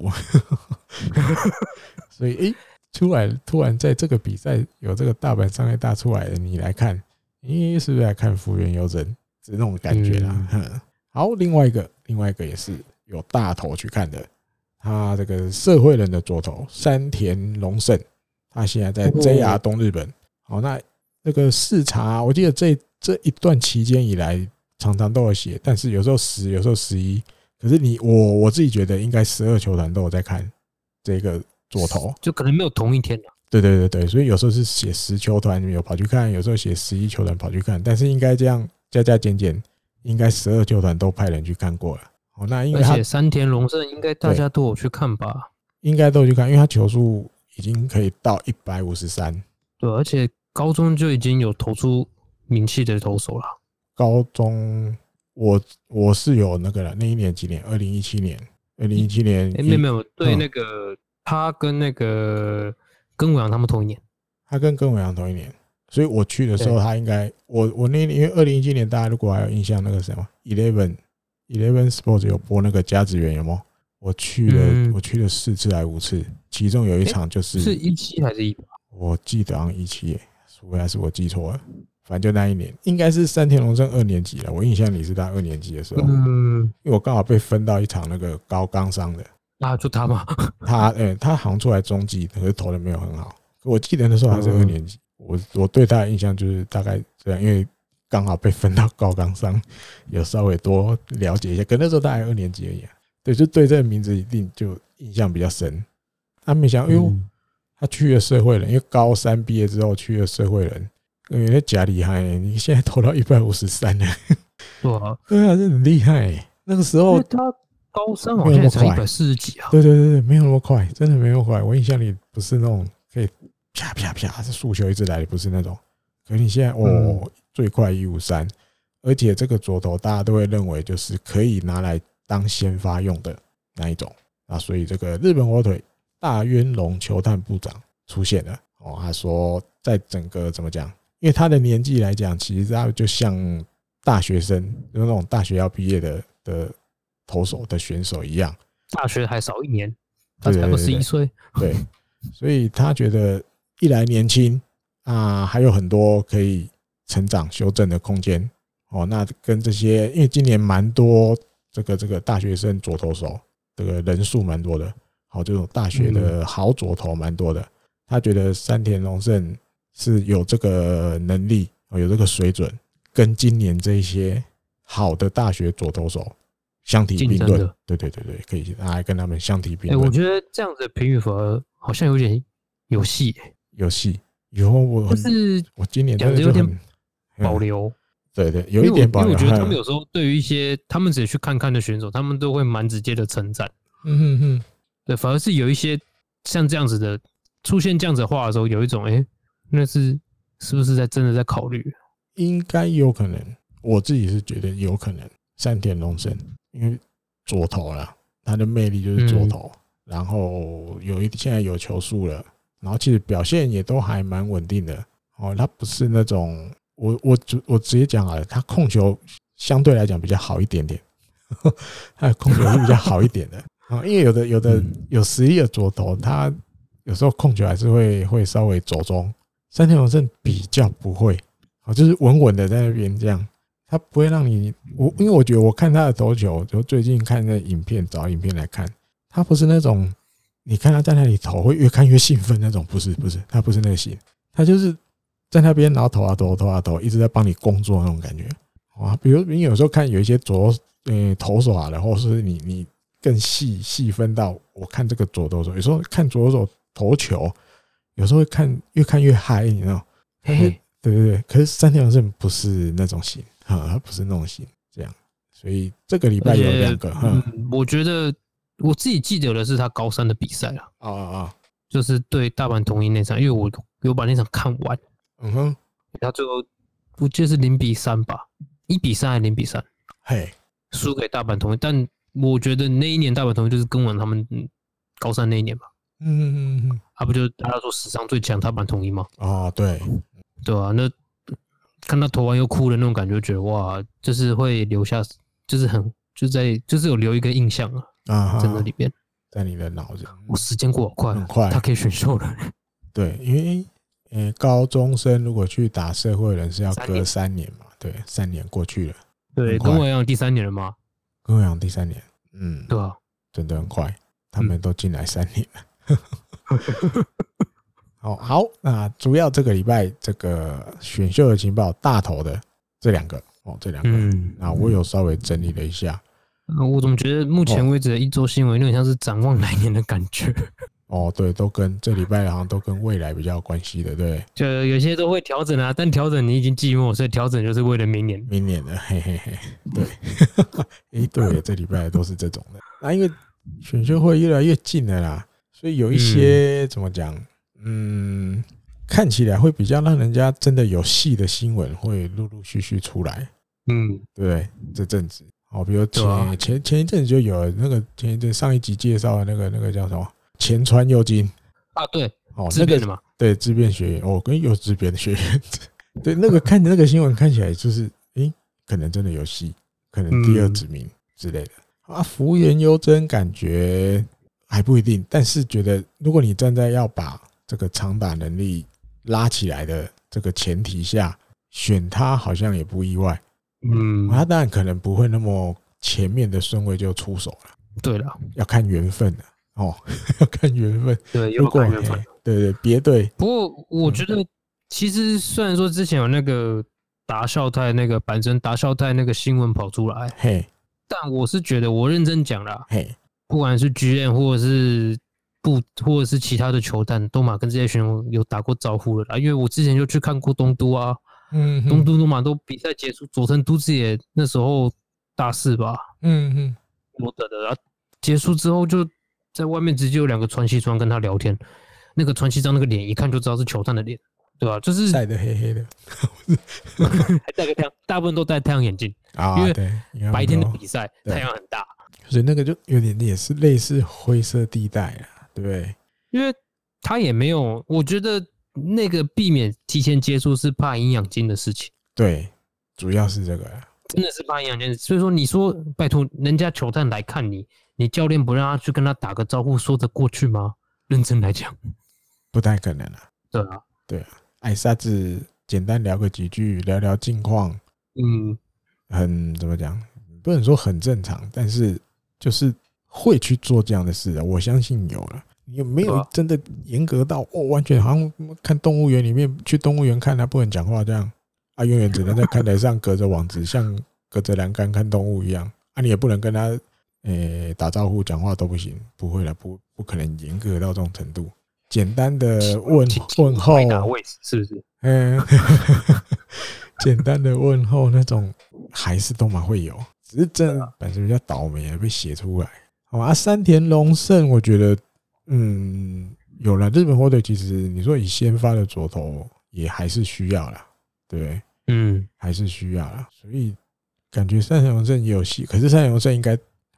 Speaker 1: 所以诶。欸出来突然在这个比赛有这个大阪商业大出来的，你来看，你是不是来看福原佑真？是那种感觉啦。嗯、好，另外一个，另外一个也是有大头去看的，他这个社会人的左投山田龙胜，他现在在 J R 东日本。好，那那个视察，我记得这这一段期间以来，常常都有写，但是有时候十，有时候十一。可是你我我自己觉得，应该十二球团都有在看这个。左投
Speaker 2: 就可能没有同一天了，
Speaker 1: 对对对对，所以有时候是写十球团有跑去看，有时候写十一球团跑去看，但是应该这样加加减减，应该十二球团都派人去看过了。哦，那因为
Speaker 2: 而且山田龙胜应该大家都有去看吧？
Speaker 1: 应该都有去看，因为他球速已经可以到一百五十三。
Speaker 2: 对，而且高中就已经有投出名气的投手了。
Speaker 1: 高中我我是有那个了，那一年几年？二零一七年，二零一七年，
Speaker 2: 哎、欸，没有没有，对那个。嗯他跟那个根尾阳他们同一年，
Speaker 1: 他跟根尾阳同一年，所以我去的时候，他应该我我那因为二零一七年大家如果还有印象，那个什么 Eleven Eleven Sports 有播那个甲子园有没有？我去了、嗯、我去了四次还五次，其中有一场就是、
Speaker 2: 欸、是一七还是一八？
Speaker 1: 我记得好像一七，除非还是我记错了，反正就那一年，应该是山田龙胜二年级了。我印象里是他二年级的时候，嗯，因为我刚好被分到一场那个高冈商的。
Speaker 2: 啊，就他嘛，
Speaker 1: 他呃、欸，他好像出来中继，可是投的没有很好。我记得那时候还是二年级，我我对他的印象就是大概这样，因为刚好被分到高冈商，有稍微多了解一下。可那时候大概二年级而已、啊，对，就对这个名字一定就印象比较深。他没想到，哎呦，他去了社会人，因为高三毕业之后去了社会人，因为假厉害、欸，你现在投到一百五十三了，
Speaker 2: 对啊，
Speaker 1: 对啊，这很厉害、欸。那个时候
Speaker 2: 他。高三好像也才一百四十几啊！
Speaker 1: 对对对对，没有那么快，真的没有那么快。我印象里不是那种可以啪啪啪，这速球一直来的，不是那种。可是你现在哦，最快一五三，而且这个左投大家都会认为就是可以拿来当先发用的那一种啊，所以这个日本火腿大渊龙球探部长出现了哦，他说在整个怎么讲，因为他的年纪来讲，其实他就像大学生，就是那种大学要毕业的的。投手的选手一样，
Speaker 2: 大学还少一年，他才二十一岁。
Speaker 1: 对，所以他觉得一来年轻啊，还有很多可以成长修正的空间。哦，那跟这些，因为今年蛮多这个这个大学生左投手，这个人数蛮多的。好，这种大学的好左投蛮多的。他觉得山田龙胜是有这个能力，有这个水准，跟今年这些好的大学左投手。相提并论，对对对对，可以拿来跟他们相提并论。
Speaker 2: 欸、我觉得这样子的评语反而好像有点有戏、欸，
Speaker 1: 有戏。以后我
Speaker 2: 就是
Speaker 1: 我今年
Speaker 2: 讲的有点保留、嗯，
Speaker 1: 对对，有一点保留。
Speaker 2: 因为我觉得他们有时候对于一些他们只是去看看的选手，他们都会蛮直接的称赞。
Speaker 1: 嗯哼哼，
Speaker 2: 对，反而是有一些像这样子的出现这样子的话的时候，有一种哎、欸，那是是不是在真的在考虑？
Speaker 1: 应该有可能，我自己是觉得有可能山田龙胜。因为左投啦，他的魅力就是左投，嗯、然后有一现在有球速了，然后其实表现也都还蛮稳定的哦。他不是那种我我我直接讲了，他控球相对来讲比较好一点点，他的控球是比较好一点的啊，因为有的有的有实力的左投，他有时候控球还是会会稍微走中，山田龙胜比较不会，就是稳稳的在那边这样。他不会让你，我因为我觉得我看他的投球，就最近看那影片，找影片来看，他不是那种你看他在那里投会越看越兴奋那种，不是不是，他不是那个型，他就是在那边然后投啊投投啊投，一直在帮你工作那种感觉啊。比如你有时候看有一些左呃投手啊，然后是你你更细细分到，我看这个左投手，有时候看左手投球，有时候会看越看越嗨，你知道？但是对对对，可是山田龙胜不是那种型。啊，他不是那种型，这样，所以这个礼拜有两个。
Speaker 2: 嗯，我觉得我自己记得的是他高三的比赛啊，
Speaker 1: 啊啊，
Speaker 2: 就是对大阪桐鹰那场，因为我有把那场看完。
Speaker 1: 嗯哼，
Speaker 2: 他最后我记得是零比三吧，一比三还是零比三？
Speaker 1: 嘿，
Speaker 2: 输给大阪桐鹰，但我觉得那一年大阪桐鹰就是跟完他们高三那一年吧。
Speaker 1: 嗯嗯嗯，
Speaker 2: 他不就大家说史上最强大阪桐鹰吗？
Speaker 1: 哦，对，
Speaker 2: 对啊，那。看他投完又哭的那种感觉，觉得哇，就是会留下，就是很就在就是有留一个印象啊，在那里边，
Speaker 1: 在你的脑子。
Speaker 2: 我时间过好快，
Speaker 1: 很快，
Speaker 2: 他可以选秀了。
Speaker 1: 对，因为呃，高中生如果去打社会人是要隔三年嘛，对，三年过去了。
Speaker 2: 对，跟我一样第三年了吗？
Speaker 1: 跟我一样第三年，嗯，
Speaker 2: 对啊，
Speaker 1: 真的很快，他们都进来三年了。哦，好，那主要这个礼拜这个选秀的情报大头的这两个哦，这两个，嗯，那我有稍微整理了一下。
Speaker 2: 我怎么觉得目前为止的一周新闻有点像是展望来年的感觉？
Speaker 1: 哦，对，都跟这礼拜好像都跟未来比较有关系的，对。
Speaker 2: 就有些都会调整啊，但调整你已经寂寞，所以调整就是为了明年。
Speaker 1: 明年的，嘿嘿嘿，对。哎，对，这礼拜都是这种的。那因为选秀会越来越近了啦，所以有一些、嗯、怎么讲？嗯，看起来会比较让人家真的有戏的新闻会陆陆续续出来，
Speaker 2: 嗯，
Speaker 1: 对不对？这阵子，哦，比如前、啊、前前一阵子就有那个前一阵上一集介绍的那个那个叫什么前川佑金
Speaker 2: 啊，对，
Speaker 1: 哦，
Speaker 2: 自编的嘛，
Speaker 1: 对，自编学员，哦，跟有自编的学员，对，那个看那个新闻看起来就是，诶，可能真的有戏，可能第二指名之类的、嗯、啊，福原优真感觉还不一定，但是觉得如果你站在要把这个长打能力拉起来的这个前提下，选他好像也不意外。嗯，他当然可能不会那么前面的顺位就出手了。
Speaker 2: 对了，
Speaker 1: 要看缘分的哦，要看缘分。
Speaker 2: 对，要看缘分。
Speaker 1: 对对，别对。
Speaker 2: 不过我觉得，其实虽然说之前有那个达孝太那个bản身达孝太那个新闻跑出来，嘿，但我是觉得我认真讲啦，嘿，不管是 G M 或者是不或者是其他的球探，都嘛跟这些选手有打过招呼了啦。因为我之前就去看过东都啊，嗯，东都都嘛都比赛结束，佐藤都之也那时候大四吧，嗯嗯，我的的，然后结束之后就在外面直接有两个传奇窗跟他聊天，那个传奇章那个脸一看就知道是球探的脸，对吧？就是
Speaker 1: 晒得黑黑的，
Speaker 2: 还戴个太阳，大部分都戴太阳眼镜啊，因为白天的比赛太阳很大，
Speaker 1: 所以那个就有点也是类似灰色地带啊。对不对？
Speaker 2: 因为他也没有，我觉得那个避免提前接触是怕营养金的事情。
Speaker 1: 对，主要是这个、啊，
Speaker 2: 真的是怕营养金。所以说，你说拜托人家球探来看你，你教练不让他去跟他打个招呼，说得过去吗？认真来讲，
Speaker 1: 不太可能啊。
Speaker 2: 对啊，
Speaker 1: 对啊，矮沙子简单聊个几句，聊聊近况，嗯，很怎么讲？不能说很正常，但是就是会去做这样的事的，我相信有了。你有没有真的严格到哦，完全好像看动物园里面去动物园看他不能讲话这样啊，永远只能在看台上隔着网子，像隔着栏杆看动物一样啊，你也不能跟他诶、欸、打招呼、讲话都不行，不会了，不不可能严格到这种程度。简单的问问候，
Speaker 2: 是不是？
Speaker 1: 嗯，简单的问候那种还是都蛮会有，只是真的本身比较倒霉，被写出来。好啊，山田龙胜，我觉得，嗯，有了日本火腿，其实你说以先发的左投也还是需要啦，对不对？嗯，还是需要啦，所以感觉山田龙胜也有戏，可是山田龙胜应该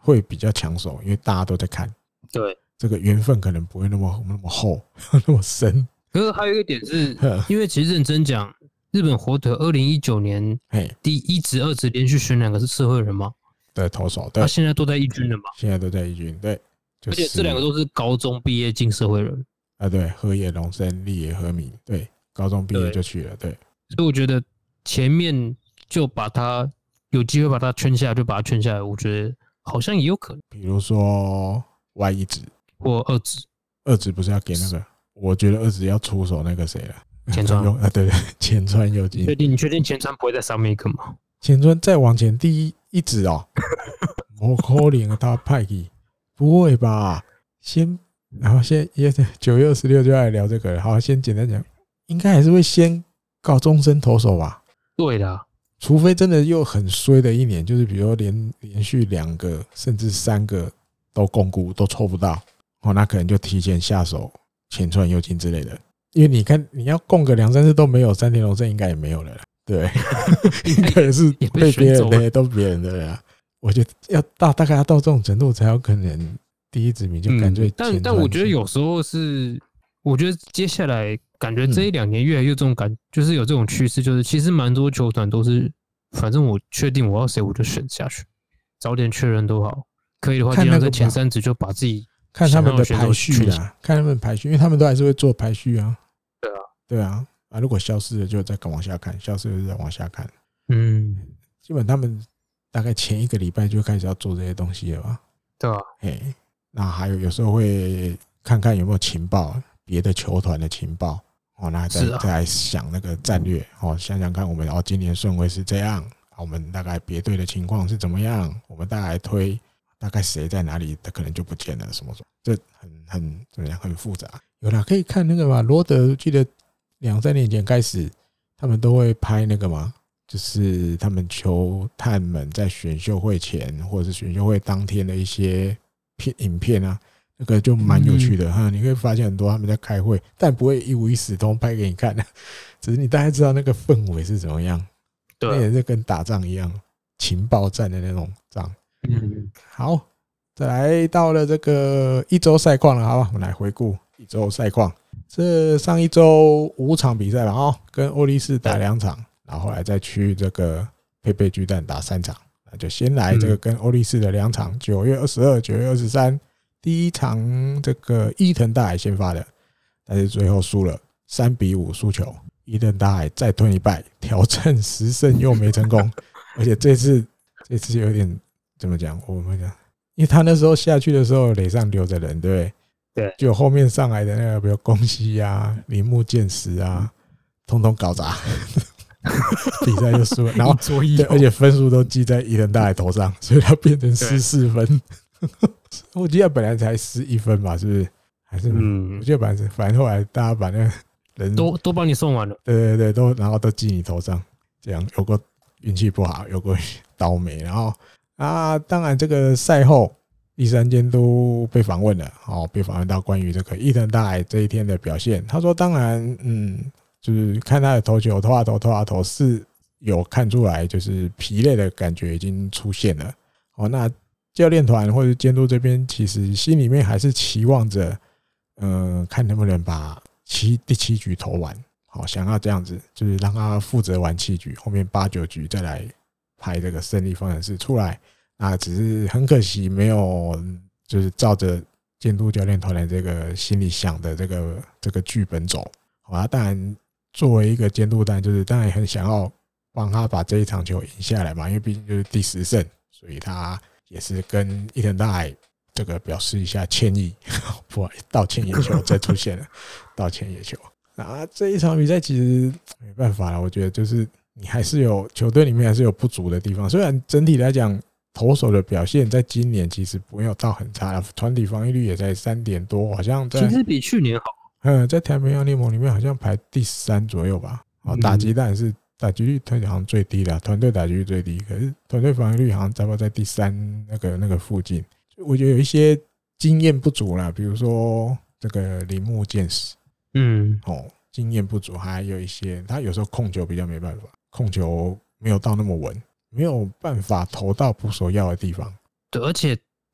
Speaker 1: 会比较抢手，因为大家都在看。
Speaker 2: 对，
Speaker 1: 这个缘分可能不会那么那么厚，那么深。
Speaker 2: 可是还有一个点是，因为其实认真讲，日本火腿二零一九年第一职、二职连续选两个是社会人嘛
Speaker 1: 的投手，对，
Speaker 2: 他现在都在一军了嘛，
Speaker 1: 现在都在一军，对，就是、
Speaker 2: 而且这两个都是高中毕业进社会人
Speaker 1: 啊，对，河野龙生、立野和明，对，高中毕业就去了，对，
Speaker 2: 所以我觉得前面就把他有机会把他圈下来，就把他圈下来，我觉得好像也有可能。
Speaker 1: 比如说 Y 一职
Speaker 2: 或二职，
Speaker 1: 二职不是要给那个？我觉得二职要出手那个谁了？
Speaker 2: 前川
Speaker 1: 啊，对对，前川佑金。
Speaker 2: 确定？你确定前川不会在上面一个吗？
Speaker 1: 前川再往前第一一职哦，我可能他派去，不会吧？先，然后先也九月二十六就要来聊这个了。好，先简单讲，应该还是会先高中生投手吧？
Speaker 2: 对的，
Speaker 1: 除非真的又很衰的一年，就是比如说连连续两个甚至三个都共估都抽不到，哦，那可能就提前下手前川佑金之类的。因为你看，你要供个两三次都没有，山田龙胜应该也没有了啦，对，应该也是被别人的，都别人的啦。我觉得要到大概要到这种程度，才有可能第一指名就干脆、嗯。
Speaker 2: 但但我觉得有时候是，我觉得接下来感觉这一两年越来越这种感，就是有这种趋势，就是其实蛮多球团都是，反正我确定我要谁我就选下去，早点确认都好。可以的话，尽量在前三指就把自己
Speaker 1: 看他们的排序啦，看他们的排序，因为他们都还是会做排序啊。
Speaker 2: 对啊，
Speaker 1: 对啊，啊，如果消失了就再往下看，消失了就再往下看。
Speaker 2: 嗯，
Speaker 1: 基本他们大概前一个礼拜就开始要做这些东西了吧？
Speaker 2: 对啊，
Speaker 1: 嘿，那还有有时候会看看有没有情报，别的球团的情报哦，那再、啊、再来想那个战略哦，想想看我们哦今年顺位是这样，我们大概别队的情况是怎么样，我们大概推。大概谁在哪里，他可能就不见了，什么什么，这很很怎么样，很复杂。有啦，可以看那个嘛，罗德记得两三年前开始，他们都会拍那个嘛，就是他们球探们在选秀会前或者是选秀会当天的一些片影片啊，那个就蛮有趣的哈、嗯。你会发现很多他们在开会，但不会一五一十都拍给你看的，只是你大概知道那个氛围是怎么样。对，那也是跟打仗一样，情报战的那种仗。
Speaker 2: 嗯，
Speaker 1: 好，再来到了这个一周赛况了，好吧，我们来回顾一周赛况。这上一周五场比赛吧，哦，跟欧力士打两场，然后后来再去这个佩佩巨蛋打三场。那就先来这个跟欧力士的两场，九月二十二、九月二十三，第一场这个伊藤大海先发的，但是最后输了三比五输球，伊藤大海再吞一败，挑战十胜又没成功，而且这次这次有点。怎么讲？我们讲，因为他那时候下去的时候，垒上留着人，对不对？
Speaker 2: 对，
Speaker 1: 就后面上来的那个，比如宫西啊、铃木健实啊，通通搞砸，比赛就输了。然后，对，而且分数都记在伊藤大海头上，所以他变成失四分。我记得本来才失一分吧，是不是？还是嗯，我记得本来是，反正后来大家把那个人
Speaker 2: 都都帮你送完了。
Speaker 1: 对对对，都然后都记你头上，这样有个运气不好，有个倒霉，然后。啊，当然，这个赛后第三监督被访问了，哦，被访问到关于这个伊藤大海这一天的表现。他说：“当然，嗯，就是看他的投球，投啊投，投啊投，是有看出来，就是疲累的感觉已经出现了。哦，那教练团或者监督这边，其实心里面还是期望着，嗯、呃，看能不能把七第七局投完。好，想要这样子，就是让他负责完七局，后面八九局再来。”拍这个胜利方程式出来，那只是很可惜没有，就是照着监督教练团的这个心里想的这个这个剧本走。好啊，当然作为一个监督单，就是当然很想要帮他把这一场球赢下来嘛，因为毕竟就是第十胜，所以他也是跟伊藤大海这个表示一下歉意，不好意思，道歉野球再出现了，道歉野球。那这一场比赛其实没办法了，我觉得就是。你还是有球队里面还是有不足的地方，虽然整体来讲投手的表现在今年其实没有到很差了，团体防御率也在三点多，好像在
Speaker 2: 其实比去年好。
Speaker 1: 嗯，在太平洋联盟里面好像排第三左右吧。打击当然是打击率好像最低的，团队打击率最低，可是团队防御率好像差不多在第三那个那个附近。我觉得有一些经验不足啦，比如说这个铃木健实，
Speaker 2: 嗯，
Speaker 1: 哦，经验不足，还有一些他有时候控球比较没办法。控球没有到那么稳，没有办法投到捕手要的地方。
Speaker 2: 对，而且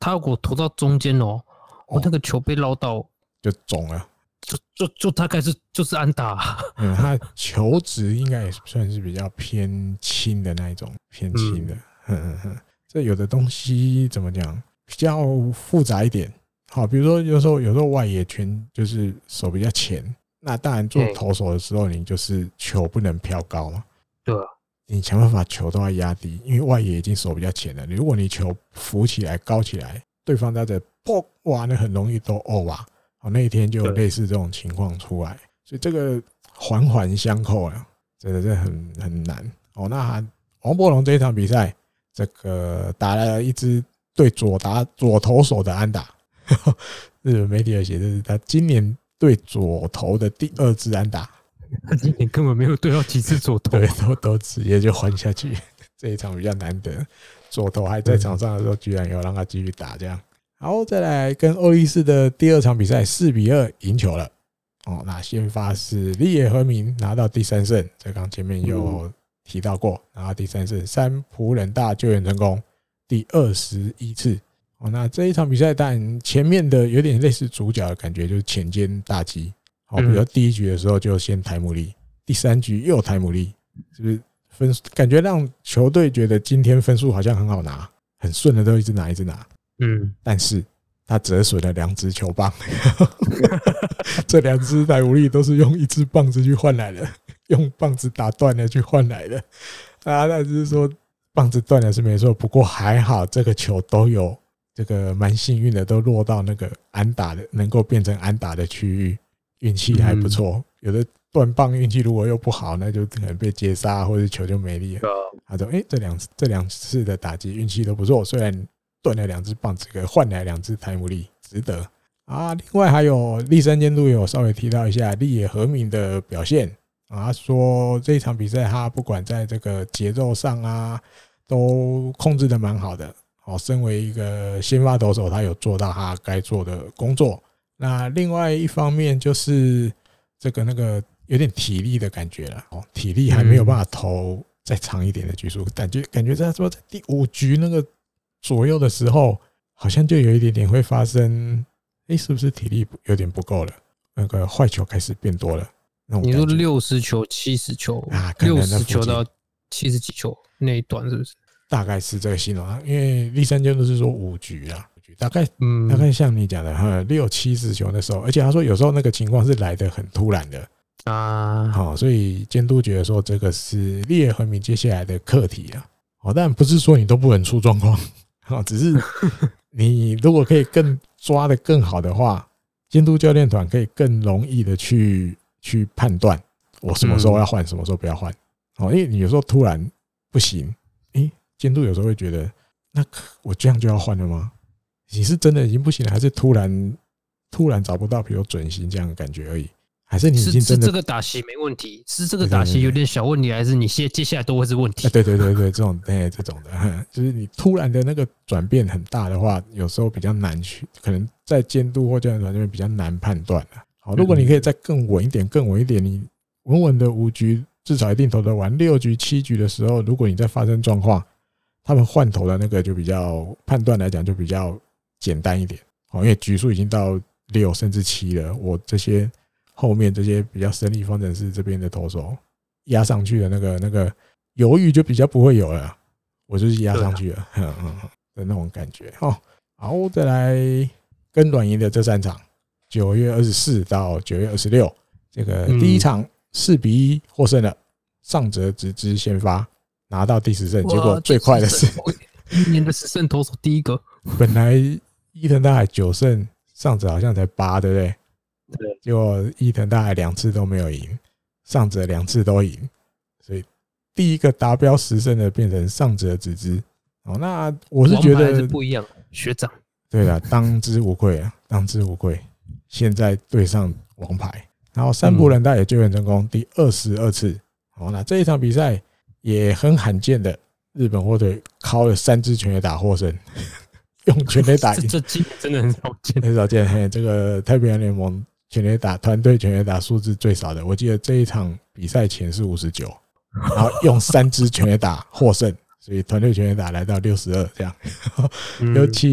Speaker 2: 他如果投到中间哦，我、哦、那个球被捞到
Speaker 1: 就肿了，
Speaker 2: 就就就大概是就是安打。
Speaker 1: 嗯，他球质应该也算是比较偏轻的那一种，偏轻的。嗯嗯嗯，这有的东西怎么讲，比较复杂一点。好，比如说有时候有时候外野拳就是手比较浅，那当然做投手的时候，你就是球不能飘高嘛。
Speaker 2: 对啊，
Speaker 1: 你想办法球都要压低，因为外野已经手比较浅了。如果你球浮起来高起来，对方在这砰，哇，那很容易都哦啊。好，那一天就有类似这种情况出来，所以这个环环相扣啊，真的是很很难。哦，那王柏融这一场比赛，这个打了一支对左打左投手的安打。日本媒体有写，这是他今年对左投的第二支安打。
Speaker 2: 他今年根本没有对到几次左投，
Speaker 1: 对，都都直接就换下去。这一场比较难得，左投还在场上的时候，居然有让他继续打这样。好，再来跟欧力士的第二场比赛四比二赢球了。哦，那先发是立野和明拿到第三胜，这刚前面有提到过，拿到第三胜，三浦人大救援成功，第二十一次。哦，那这一场比赛，当然前面的有点类似主角的感觉，就是浅间大基。好，比如第一局的时候就先台姆利，第三局又台姆利，是不是分感觉让球队觉得今天分数好像很好拿，很顺的都一直拿一直拿。嗯，但是他折损了两支球棒，这两支台姆利都是用一支棒子去换来的，用棒子打断了去换来的。啊，那只是说棒子断了是没错，不过还好这个球都有。这个蛮幸运的，都落到那个安打的，能够变成安打的区域，运气还不错。有的断棒运气如果又不好，那就可能被接杀，或者球就没力了。他说：“哎、欸，这两这两次的打击运气都不错，虽然断了两只棒子，可换来两只台姆利，值得啊。”另外还有立山监督有稍微提到一下立野和明的表现啊，他说这一场比赛他不管在这个节奏上啊，都控制的蛮好的。好，身为一个先发投手，他有做到他该做的工作。那另外一方面就是这个那个有点体力的感觉了，哦，体力还没有办法投再长一点的局数，感觉感觉在说在第五局那个左右的时候，好像就有一点点会发生，哎、欸，是不是体力有点不够了？那个坏球开始变多了。
Speaker 2: 你说六十球、七十球啊，六十球到七十几球那一段是不是？
Speaker 1: 大概是这个形容，因为立山监督是说五局啊，大概大概像你讲的六七十球的时候，而且他说有时候那个情况是来得很突然的啊，好，所以监督觉得说这个是立野和明接下来的课题啊，好，但不是说你都不能出状况，好，只是你如果可以更抓得更好的话，监督教练团可以更容易的去去判断我什么时候要换，什么时候不要换，好，因为你有时候突然不行，诶。监督有时候会觉得，那我这样就要换了吗？你是真的已经不行了，还是突然突然找不到比如准星这样的感觉而已？还是你已经真的
Speaker 2: 是这个打席没问题，是这个打席有点小问题，还是你接接下来都会是问题？
Speaker 1: 对对对对，这种哎这种的，就是你突然的那个转变很大的话，有时候比较难去，可能在监督或教练团那边比较难判断了。好，如果你可以再更稳一点，更稳一点，你稳稳的五局至少一定投得完，六局七局的时候，如果你再发生状况。他们换头的那个就比较判断来讲就比较简单一点，因为局数已经到六甚至七了，我这些后面这些比较生力方程式这边的投手压上去的那个那个犹豫就比较不会有了，我就是压上去了的那种感觉。好，再来跟软银的这三场，九月二十四到九月二十六，这个第一场四比一获胜了，上泽直之先发。拿到第十胜，结果最快的是
Speaker 2: 一年的十胜投手第一个。
Speaker 1: 本来伊藤大海九胜，上泽好像才八，对不对？
Speaker 2: 对。
Speaker 1: 结果伊藤大海两次都没有赢，上泽两次都赢，所以第一个达标十胜的变成上泽直之。哦，那我是觉得
Speaker 2: 是不一样，学长。
Speaker 1: 对了，当之无愧啊，当之无愧。现在对上王牌，然后三浦人大也救援成功，第二十二次。好，那这一场比赛。也很罕见的，日本火腿靠了三支全垒打获胜，用全垒打赢，
Speaker 2: 这这真的很少见，
Speaker 1: 很少见。嘿，这个太平洋联盟全垒打团队全垒打数字最少的，我记得这一场比赛前是五十九，然后用三支全垒打获胜，所以团队全垒打来到六十二这样。尤其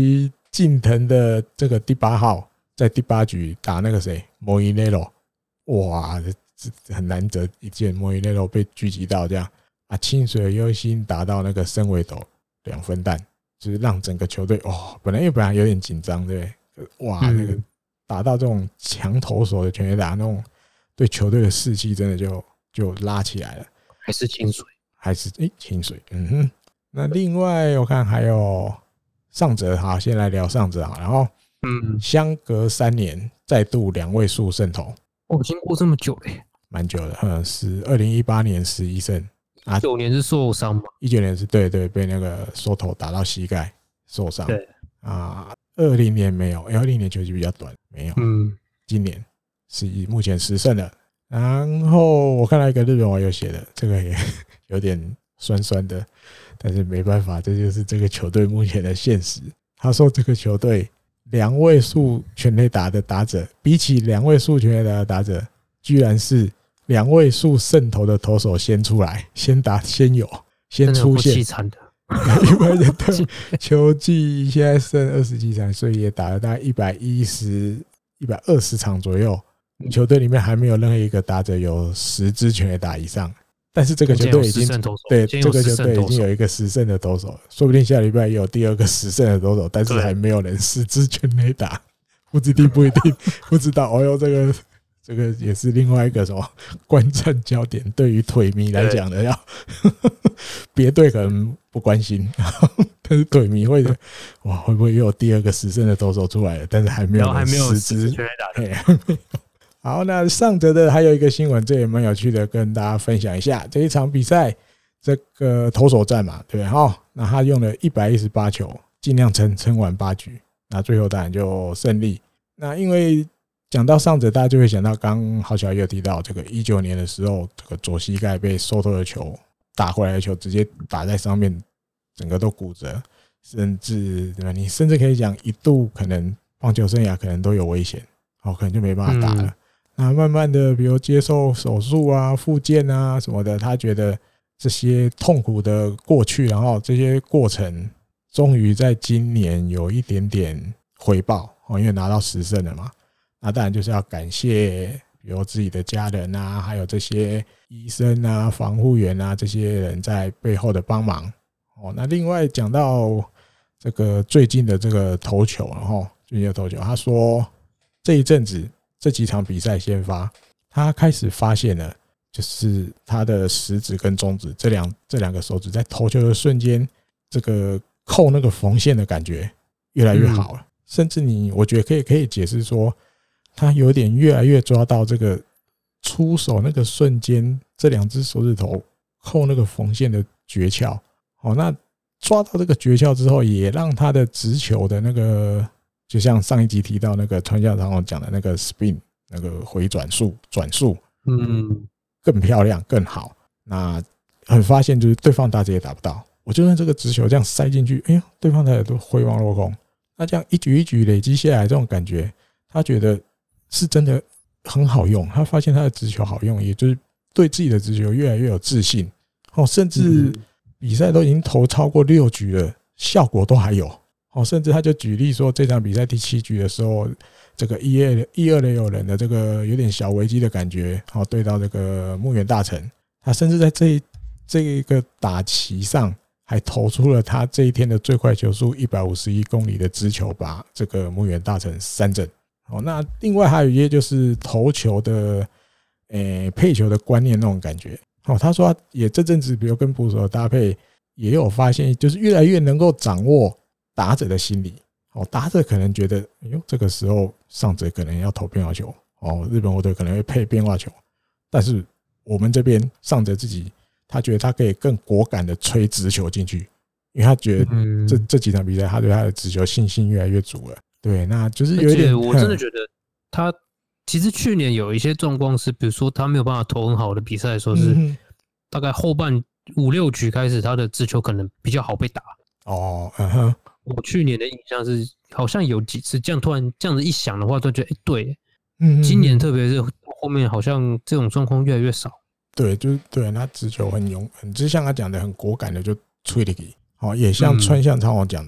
Speaker 1: 近藤的这个第八号在第八局打那个谁莫伊内罗，哇，这很难得一见，莫伊内罗被狙击到这样啊，清水优心打到那个森尾斗两分弹，就是让整个球队哦，本来因为本来有点紧张，对不对？哇，那个打到这种强投手的全垒打，那种对球队的士气真的就就拉起来了。
Speaker 2: 还是清水，
Speaker 1: 还是诶、欸、清水，嗯哼。那另外我看还有上泽，好，先来聊上泽好，然后嗯，相隔三年再度两位数胜投，
Speaker 2: 哦，经过这么久嘞，
Speaker 1: 蛮久的，嗯，是二零一八年十一胜，
Speaker 2: 啊，九年是受伤嘛？
Speaker 1: 一九年是对对，被那个缩头打到膝盖受伤，
Speaker 2: 对
Speaker 1: 啊，二零年没有，二零年球季比较短，没有，嗯，今年是目前十胜了。然后我看到一个日本网友写的，这个也有点酸酸的，但是没办法，这就是这个球队目前的现实。他说这个球队两位数全垒打的打者，比起两位数全垒打的打者，居然是两位数胜投的投手先出来，先打先有，先出现。
Speaker 2: 凄惨的，
Speaker 1: 一般人的球季现在剩二十几场，所以也打了大概一百一十、一百二十场左右。球队里面还没有任何一个打者有十支全垒打以上，但是这个球队已经对这个球队已经有一个十胜的投手了，说不定下礼拜也有第二个十胜的投手，但是还没有人十支全垒打，不一定不一定不知道。哦哟，这个这个也是另外一个什么观战焦点，对于腿迷来讲的，要别队可能不关心，但是腿迷会哇，会不会又有第二个十胜的投手出来了？但是还没有人十支全垒打。好，那上泽的还有一个新闻，这也蛮有趣的，跟大家分享一下。这一场比赛，这个投手战嘛，对不对？哈，那他用了一百一十八球，尽量撑撑完八局，那最后当然就胜利。那因为讲到上泽，大家就会想到，刚好小也有提到，这个一九年的时候，这个左膝盖被收透的球打回来的球，直接打在上面，整个都骨折，甚至对吧？你甚至可以讲，一度可能棒球生涯可能都有危险，好，可能就没办法打了。嗯，那慢慢的，比如接受手术啊、复健啊什么的，他觉得这些痛苦的过去，然后这些过程，终于在今年有一点点回报，因为拿到十胜了嘛。那当然就是要感谢，比如自己的家人啊，还有这些医生啊、防护员啊这些人在背后的帮忙。哦，那另外讲到这个最近的这个投球，然后最近的投球，他说这一阵子。这几场比赛先发，他开始发现了，就是他的食指跟中指这两这两个手指在投球的瞬间，这个扣那个缝线的感觉越来越好了。嗯，甚至你，我觉得可以可以解释说，他有点越来越抓到这个出手那个瞬间，这两只手指头扣那个缝线的诀窍。好，那抓到这个诀窍之后，也让他的直球的那个。就像上一集提到那个川校长讲的那个 spin 那个回转速转速，嗯，更漂亮更好。那很发现就是对方打者也打不到，我就算这个直球这样塞进去，哎呀，对方打者都挥王落空。那这样一局一局累积下来，这种感觉，他觉得是真的很好用。他发现他的直球好用，也就是对自己的直球越来越有自信。哦，甚至比赛都已经投超过六局了，效果都还有。哦，甚至他就举例说，这场比赛第七局的时候，这个一二一二垒有人的这个有点小危机的感觉，哦，对到这个牧原大成，他甚至在这一这一个打旗上还投出了他这一天的最快球速一百五十一公里的直球，把这个牧原大成三振。哦，那另外还有一些就是投球的，诶、欸、配球的观念那种感觉。哦，他说他也这阵子，比如跟捕手的搭配，也有发现，就是越来越能够掌握打者的心理。哦，打者可能觉得，哎呦，这个时候上者可能要投变化球，哦，日本火腿可能会配变化球，但是我们这边上者自己，他觉得他可以更果敢的吹直球进去，因为他觉得这这几场比赛，他对他的直球信心越来越足了。对，那就是有一点，
Speaker 2: 我真的觉得他其实去年有一些状况是，比如说他没有办法投很好的比赛的时候，是大概后半五六局开始，他的直球可能比较好被打。
Speaker 1: 哦，嗯哼。
Speaker 2: 我去年的印象是，好像有几次这样突然这样子一想的话，都觉得哎、欸，对，
Speaker 1: 嗯，
Speaker 2: 今年特别是后面好像这种状况越来越少。
Speaker 1: 对，就是对，他直球很勇，很就像他讲的很果敢的就吹了给，哦，也像川向昌王讲的，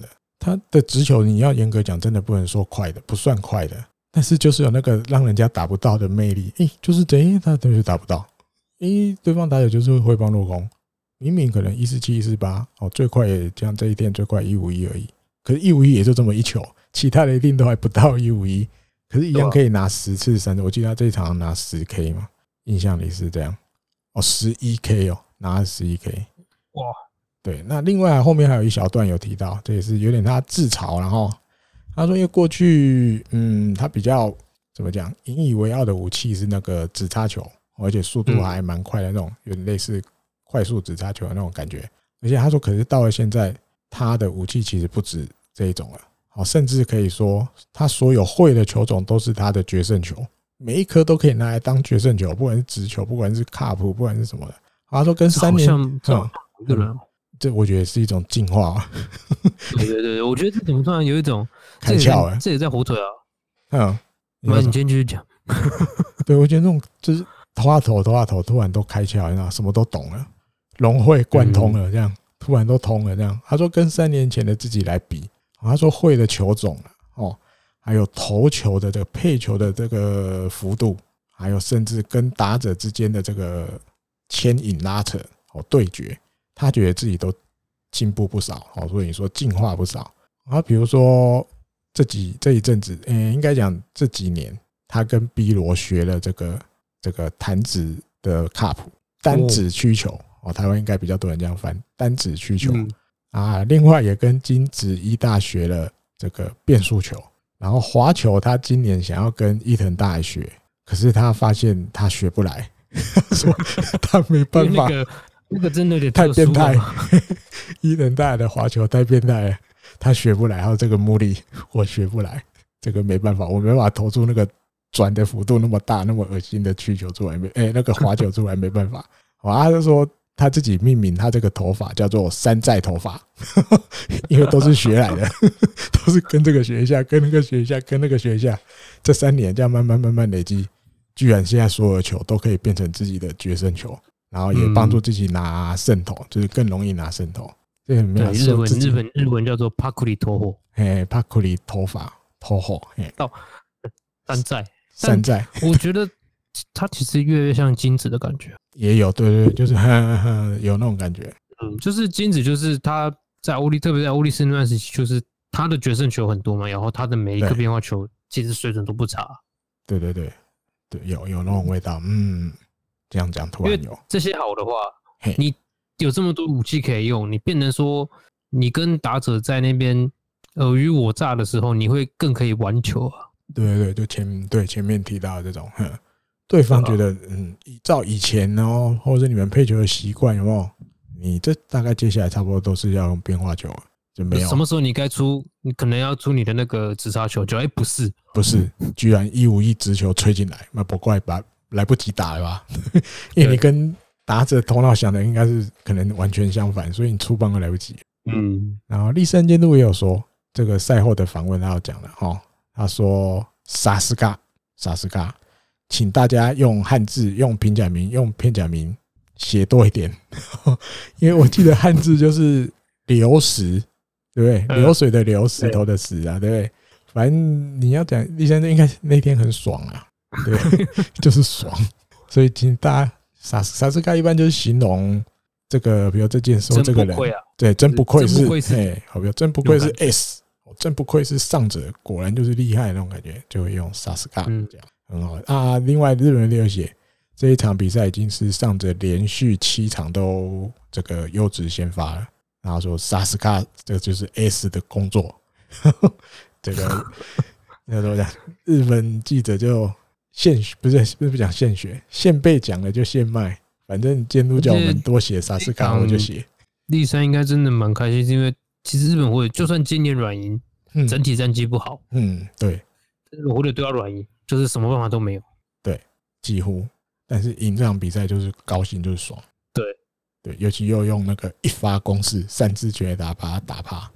Speaker 1: 他的直球你要严格讲，真的不能说快的，不算快的，但是就是有那个让人家打不到的魅力。诶、欸，就是等于他就是打不到，诶、欸，对方打者就是挥棒落空。明明可能一四七、一四八，哦，最快也像这一天最快一五一而已。可是一五一也就这么一球，其他的一定都还不到一五一。可是，一样可以拿十次三振。我记得他这一场拿十 K 嘛，印象里是这样。哦，十一 K 哦，拿了十一 K。
Speaker 2: 哇，
Speaker 1: 对。那另外后面还有一小段有提到，这也是有点他自嘲。然后他说，因为过去，嗯，他比较怎么讲，引以为傲的武器是那个直插球，而且速度还蛮快的那种，有点类似快速直插球的那种感觉。而且他说，可是到了现在，他的武器其实不止这一种了。甚至可以说，他所有会的球种都是他的决胜球，每一颗都可以拿来当决胜球，不管是直球，不管是卡普，不管是什么的。他说跟三年，
Speaker 2: 嗯，
Speaker 1: 这我觉得是一种进化。
Speaker 2: 对对对，我觉得这怎么突然有一种
Speaker 1: 开窍了，
Speaker 2: 这也在火腿啊。
Speaker 1: 嗯，
Speaker 2: 那你先继续讲。
Speaker 1: 对，我觉得那种就是头啊头头啊头，突然都开窍，你知道，什么都懂了，融会贯通了，这样突然都通了，这样。他说跟三年前的自己来比。他说会的球种哦，还有投球的这个配球的这个幅度，还有甚至跟打者之间的这个牵引拉扯哦对决，他觉得自己都进步不少哦，所以说进化不少。然后比如说这几这一阵子，诶，应该讲这几年，他跟 B 罗学了这个这个弹指的卡普单指曲球哦，台湾应该比较多人这样翻单指曲球。嗯啊，另外也跟金子一大学了这个变速球，然后滑球他今年想要跟伊藤大海学，可是他发现他学不来，他说他没办法，
Speaker 2: 那个那个真的有点
Speaker 1: 太变态，伊藤大海的滑球太变态了，他学不来，还有这个目力我学不来，这个没办法，我没办法投出那个转的幅度那么大、那么恶心的曲球出来，没哎、欸、那个滑球出来没办法，啊，他就说。他自己命名他这个头发叫做山寨头发，因为都是学来的，都是跟这个学一下，跟那个学一下，跟那个学一下，这三年这样慢慢慢慢累积，居然现在所有的球都可以变成自己的决胜球，然后也帮助自己拿胜投，就是更容易拿胜投。这很妙。
Speaker 2: 日文日本日文叫做帕库里托霍，
Speaker 1: 哎，帕库里头发头后，哎，
Speaker 2: 到山寨
Speaker 1: 山寨，
Speaker 2: 我觉得它其实越来越像金子的感觉。
Speaker 1: 也有，对对对，就是呵呵有那种感觉。
Speaker 2: 嗯，就是金子，就是他在欧力，特别在欧力士那段时期，就是他的决胜球很多嘛，然后他的每一个变化球其实水准都不差。
Speaker 1: 对对对对，有有那种味道。嗯，这样讲突然有
Speaker 2: 这些好的话，你有这么多武器可以用，你变成说你跟打者在那边尔虞我诈的时候，你会更可以玩球啊。
Speaker 1: 对对对，就前对前面提到的这种。呵对方觉得，嗯，依照以前哦，或者你们配球的习惯，有没有？你这大概接下来差不多都是要用变化球，就没有。
Speaker 2: 什么时候你该出？你可能要出你的那个直插球，就哎，不是，
Speaker 1: 不是，居然一五一直球吹进来，那不怪把来不及打了吧？因为你跟打者头脑想的应该是可能完全相反，所以你出棒都来不及。
Speaker 2: 嗯，
Speaker 1: 然后立山监督也有说，这个赛后的访问他有讲了哈，他说萨斯嘎，萨斯嘎。请大家用汉字、用平假名、用片假名写多一点，因为我记得汉字就是流石，对不对？流水的流，石头的石啊，对不对？反正你要讲立山应该那天很爽啊，对，就是爽。所以请大家萨萨斯嘎一般就是形容这个，比如这件事或这个人，对，真不愧是，哎，好，比如真不愧是 S， 真不愧是上者，果然就是厉害那种感觉，就会用萨斯嘎这样。很好啊！另外，日本人有写这一场比赛已经是上着连续七场都这个优质先发了，然后说萨斯卡这个就是 S 的工作，这个那怎么讲？日本记者就现不是不是讲现学，现被讲了就现卖，反正监督叫我们多写萨斯卡，我就写。
Speaker 2: 立山应该真的蛮开心，因为其实日本会就算今年软银，嗯，整体战绩不好，
Speaker 1: 嗯，对，
Speaker 2: 或者都要软银。就是什么办法都没有，
Speaker 1: 对，几乎。但是赢这场比赛就是高兴，就是爽。
Speaker 2: 对
Speaker 1: 对，尤其又用那个一发攻势，三支全垒打把他打趴。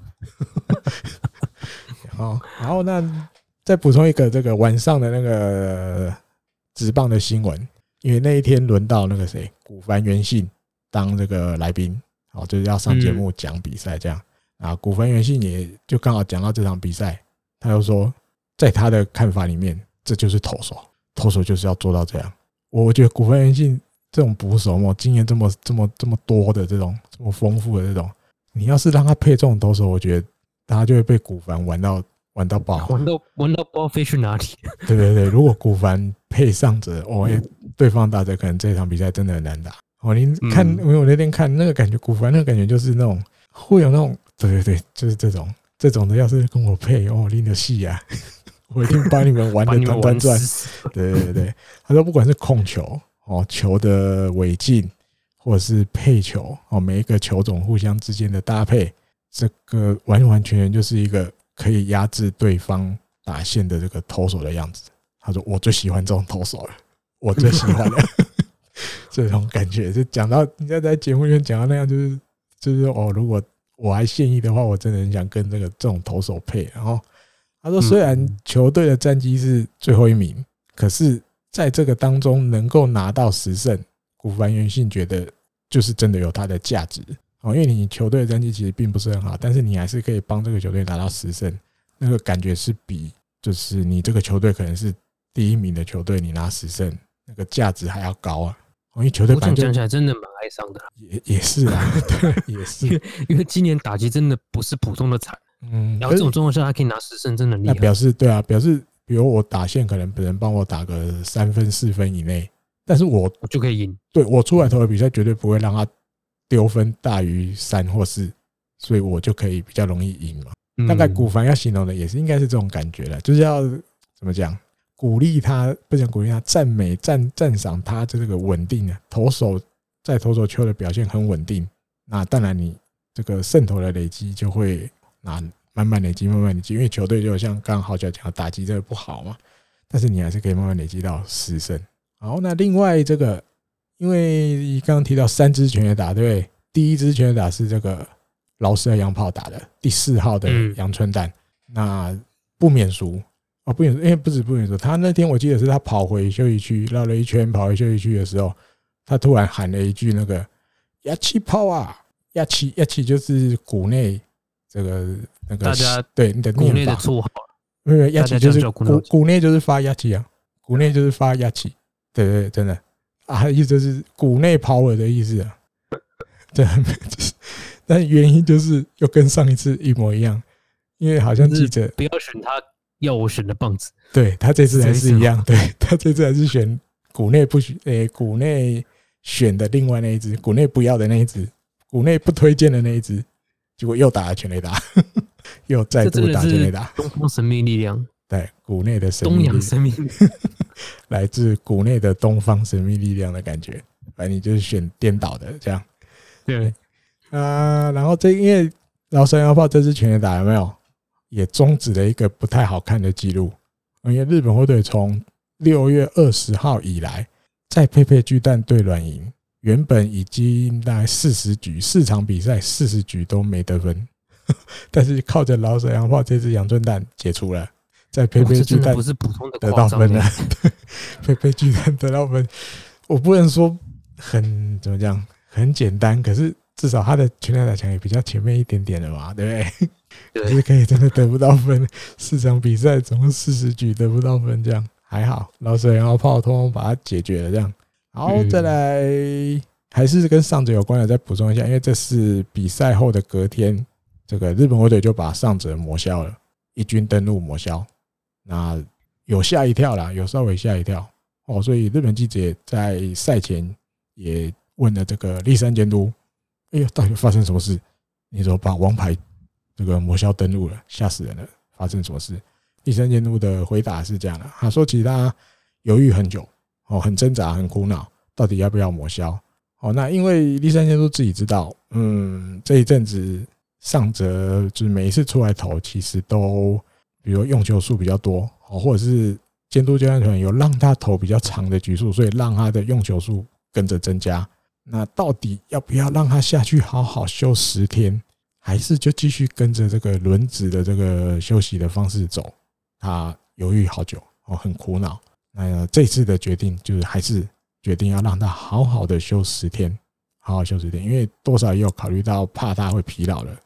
Speaker 1: 好，然后那再补充一个这个晚上的那个职棒的新闻，因为那一天轮到那个谁，古凡元信当这个来宾，好，就是要上节目讲比赛这样。 啊，古凡元信也就刚好讲到这场比赛，他就说，在他的看法里面，这就是投手，投手就是要做到这样。我觉得古凡元信这种捕手嘛，经验这么这么这么多的这种这么丰富的这种，你要是让他配这种投手，我觉得他就会被古凡玩到玩到爆，
Speaker 2: 玩到玩到不知道飞去哪里。
Speaker 1: 对对对，如果古凡配上者，哦，欸、对方打者可能这场比赛真的很难打。哦，你看，因为我那天看那个感觉，古凡那个感觉就是那种会有那种，对对对，就是这种这种的，要是跟我配，哦，拎得戏啊，我一定把你们玩得团团转。对对对，他说不管是控球哦，球的尾劲，或者是配球哦，每一个球种互相之间的搭配，这个完完全全就是一个可以压制对方打线的这个投手的样子。他说我最喜欢这种投手了，我最喜欢了。这种感觉，就讲到你在在节目里面讲到那样，就是就是哦，如果我还现役的话，我真的很想跟这个这种投手配。然后他说，虽然球队的战绩是最后一名，可是在这个当中能够拿到十胜，古凡元信觉得就是真的有它的价值哦，因为你球队的战绩其实并不是很好，但是你还是可以帮这个球队拿到十胜，那个感觉是比就是你这个球队可能是第一名的球队，你拿十胜，那个价值还要高啊。因为球队本来就
Speaker 2: 讲起来真的蛮哀伤的，
Speaker 1: 也也是啊，对，也是，
Speaker 2: 因为因为今年打击真的不是普通的惨，嗯，然后这种状况下他可以拿十胜，真的很厉害。
Speaker 1: 那表示对啊，表示比如我打线可能别人帮我打个三分四分以内，但是我
Speaker 2: 我就可以赢。
Speaker 1: 对，我出来投的比赛绝对不会让他丢分大于三或四，所以我就可以比较容易赢嘛。大概古凡要形容的也是应该是这种感觉了，就是要怎么讲？鼓励他，不想鼓励他，赞美、赞赞赏他这个稳定的投手，在投手丘的表现很稳定。那当然，你这个胜投的累积就会那慢慢累积，慢慢累积。因为球队就像刚刚豪脚讲，打击这个不好嘛，但是你还是可以慢慢累积到十胜。好，那另外这个，因为刚刚提到三支全垒打，对不对？第一支全垒打是这个劳斯和洋炮打的，第四号的阳春蛋，那不免俗。哦，不免俗，因为不止不免俗，他那天我记得是他跑回休息区，绕了一圈跑回休息区的时候，他突然喊了一句那个“压气炮啊，压气压气”，就是股内这个那个
Speaker 2: 大家
Speaker 1: 对你的
Speaker 2: 股内的绰号，
Speaker 1: 因为压气就是股股内就是发压气啊，股内就是发压气，对对对，真的啊，意思就是股内 power 的意思啊，对，但原因就是又跟上一次一模一样，因为好像记者
Speaker 2: 不要选他。要我选的棒子，
Speaker 1: 对他这次还是一样，对他这次还是选股内不选，诶，股内选的另外那一支，股内不要的那一支，股内不推荐的那一支，结果又打了全垒打，又再度打全垒打。
Speaker 2: 东方神秘力量，
Speaker 1: 对，股内的神秘力量，
Speaker 2: 东洋神秘力量，
Speaker 1: 来自股内的东方神秘力量的感觉。反正你就是选颠倒的这样，
Speaker 2: 对
Speaker 1: 啊，然后这因为劳斯洋炮这支全垒打有没有？也终止了一个不太好看的记录，因为日本火腿从六月二十号以来，在佩佩巨蛋对软银，原本已经大概四十局，四场比赛四十局都没得分，但是靠着劳斯洋炮这支阳春蛋解除了，在佩佩巨蛋得到分了，佩佩巨蛋得到分，我不能说很怎么讲，很简单，可是至少他的全垒打墙也比较前面一点点了嘛，对不对？可是可以真的得不到分，四场比赛总共四十局得不到分，这样还好，老水然后炮通通把它解决了，这样。好，再来还是跟上者有关的，再补充一下，因为这是比赛后的隔天，这个日本火腿就把上者抹消了，一军登陆抹消，那有吓一跳啦，有稍微吓一跳哦，所以日本记者在赛前也问了这个立山监督，哎呦，到底发生什么事？你怎么把王牌这个抹消登录了，吓死人了！发生什么事？立山监督的回答是这样的，他说其实他犹豫很久，哦，很挣扎，很苦恼，到底要不要抹消？哦，那因为立山监督自己知道，嗯，这一阵子上泽就是每一次出来投，其实都比如用球数比较多，哦，或者是监督教练团有让他投比较长的局数，所以让他的用球数跟着增加。那到底要不要让他下去好好休十天？还是就继续跟着这个轮值的这个休息的方式走，他犹豫好久，很苦恼。那这次的决定就是还是决定要让他好好的休十天，好好休十天，因为多少也有考虑到怕他会疲劳了，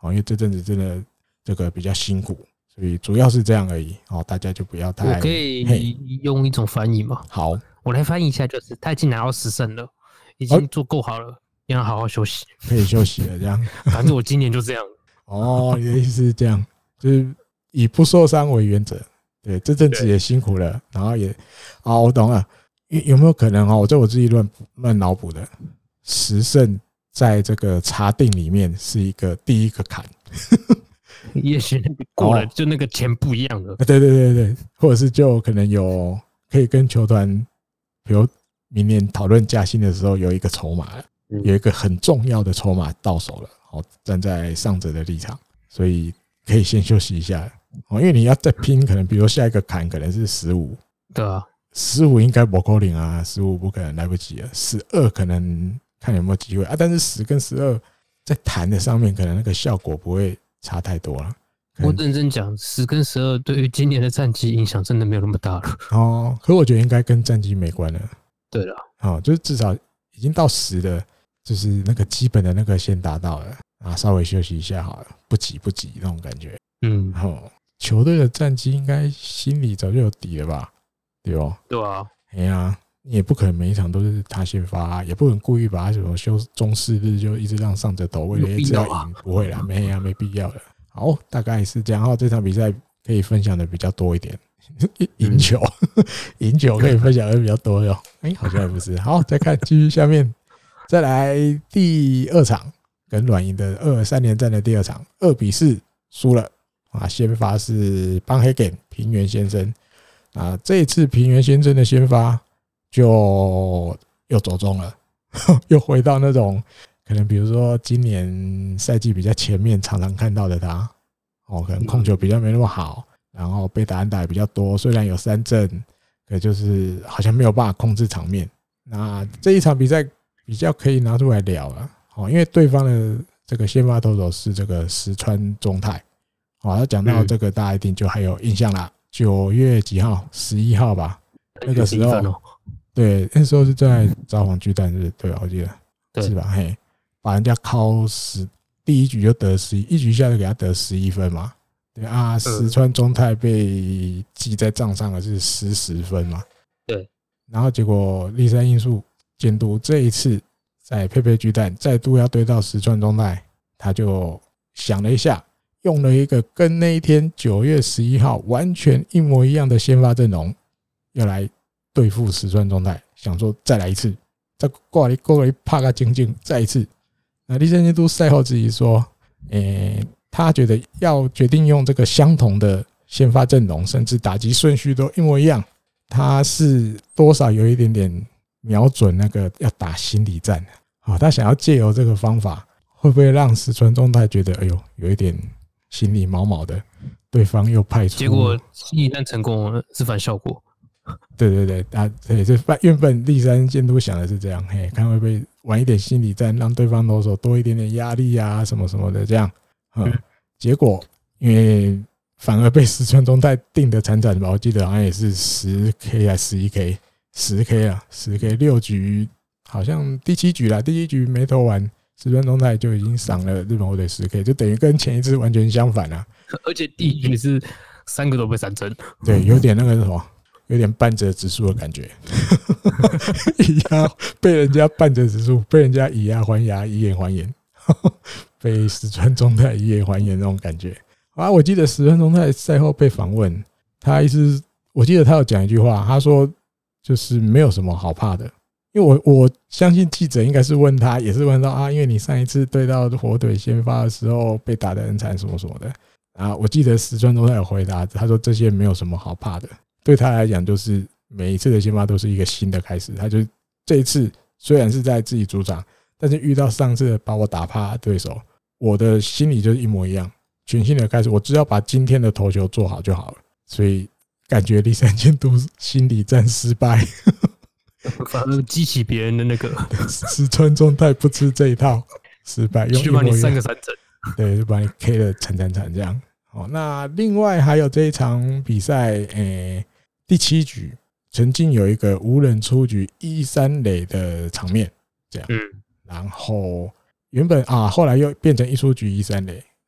Speaker 1: 哦，因为这阵子真的这个比较辛苦，所以主要是这样而已哦，大家就不要太。
Speaker 2: 我可以用一种翻译吗？
Speaker 1: 好，
Speaker 2: 我来翻译一下，就是他已经拿到十胜了，已经做够好了，要好好休息，
Speaker 1: 可以休息了这样。
Speaker 2: 反正我今年就这样。
Speaker 1: 哦，你的意思是这样，就是以不受伤为原则。对，这阵子也辛苦了，然后也啊、哦，我懂了。有没有可能哦？我这我自己乱乱脑补的，十胜在这个查定里面是一个第一个坎。
Speaker 2: 也许过了，就那个钱不一样了。
Speaker 1: 对对对对，或者是就可能有可以跟球团，比如明年讨论加薪的时候有一个筹码，有一个很重要的筹码到手了。哦，站在上者的立场，所以可以先休息一下。哦，因为你要再拼，可能比如下一个坎可能是十五，
Speaker 2: 对啊，
Speaker 1: 十五应该不可能啊，十五不可能来不及了，十二可能看有没有机会啊，但是十跟十二在谈的上面，可能那个效果不会差太多了。
Speaker 2: 我认真讲，十跟十二对于今年的战绩影响真的没有那么大了。
Speaker 1: 哦，可我觉得应该跟战绩没关了。
Speaker 2: 对了，
Speaker 1: 哦，就是至少已经到十的，就是那个基本的那个先达到了啊，稍微休息一下好了，不急不急那种感觉。
Speaker 2: 嗯，
Speaker 1: 然后球队的战绩应该心里早就有底了吧？对哦，
Speaker 2: 对啊，
Speaker 1: 哎呀，你也不可能每一场都是他先发、啊，也不能故意把他什么休中四日就一直让上着投，为了一直要赢，不会啦，没呀、啊，没必要了。好，大概是这样。然后这场比赛可以分享的比较多一点，赢球，赢球可以分享的比较多哟。哎、欸，好像也不是。好，再看继续下面，再来第二场跟软银的二三连战的第二场，二比四输了啊。先发是邦黑根平原先生啊，这一次平原先生的先发就又走中了，又回到那种可能比如说今年赛季比较前面常常看到的他，哦，可能控球比较没那么好，然后被打安打也比较多，虽然有三振，可就是好像没有办法控制场面。那这一场比赛比较可以拿出来聊了，哦，因为对方的这个先发投手是这个石川忠太，哦，他讲到这个大家一定就还有印象啦，九月几号？十一号吧，那个时候，对，那时候是在札幌巨蛋日，对吧？我记得是吧？嘿，把人家敲十，第一局就得十一，一局下就给他得十一分嘛。对啊，石川忠太被记在账上的是十十分嘛。
Speaker 2: 对，
Speaker 1: 然后结果立山因素监督这一次在佩佩巨蛋再度要对到石川忠太，他就想了一下，用了一个跟那一天九月十一号完全一模一样的先发阵容，要来对付石川忠太，想说再来一次，再过来过来拍个精进，再一次。那立山监督赛后质疑说，欸，他觉得要决定用这个相同的先发阵容，甚至打击顺序都一模一样，他是多少有一点点瞄准那个要打心理战。好，他想要借由这个方法，会不会让石川忠太觉得，哎呦，有一点心里毛毛的？对方又派出，
Speaker 2: 结果心理战成功了，是反效果。
Speaker 1: 对对对，啊，对，这原本立山监督想的是这样，嘿，看会不会玩一点心理战，让对方投手多一点点压力啊，什么什么的这样。嗯，结果因为反而被石川忠太定的惨惨吧，我记得好像也是十 K 还是十一 K， 十 K 啊，十 K 六局，好像第七局啦，第七局没投完，石川忠太就已经赏了日本火腿十 K， 就等于跟前一次完全相反啊。
Speaker 2: 而且第一局是三个都被三振，
Speaker 1: 对，有点那个什么。有点半折指数的感觉，以牙被人家半折指数，被人家以牙还牙，以眼还眼，被石川忠太以眼还眼那种感觉啊！我记得石川忠太赛后被访问，他意思，我记得他有讲一句话，他说就是没有什么好怕的，因为我我相信记者应该是问他，也是问到啊，因为你上一次对到火腿先发的时候被打得很惨什么什么的啊，我记得石川忠太有回答，他说这些没有什么好怕的。对他来讲，就是每一次的先发都是一个新的开始。他就这一次虽然是在自己主场，但是遇到上次把我打趴的对手，我的心里就是一模一样，全新的开始。我只要把今天的投球做好就好了。所以感觉立山监督心理战失败，
Speaker 2: 反而激起别人的那个。
Speaker 1: 石川忠太不吃这一套，失败，用一模一样，
Speaker 2: 就把你三个三振，
Speaker 1: 对，就把你 K 了惨惨惨这样。好，那另外还有这一场比赛，诶。第七局曾经有一个无人出局一三垒的场面，这样，嗯，然后原本啊，后来又变成一出局一三垒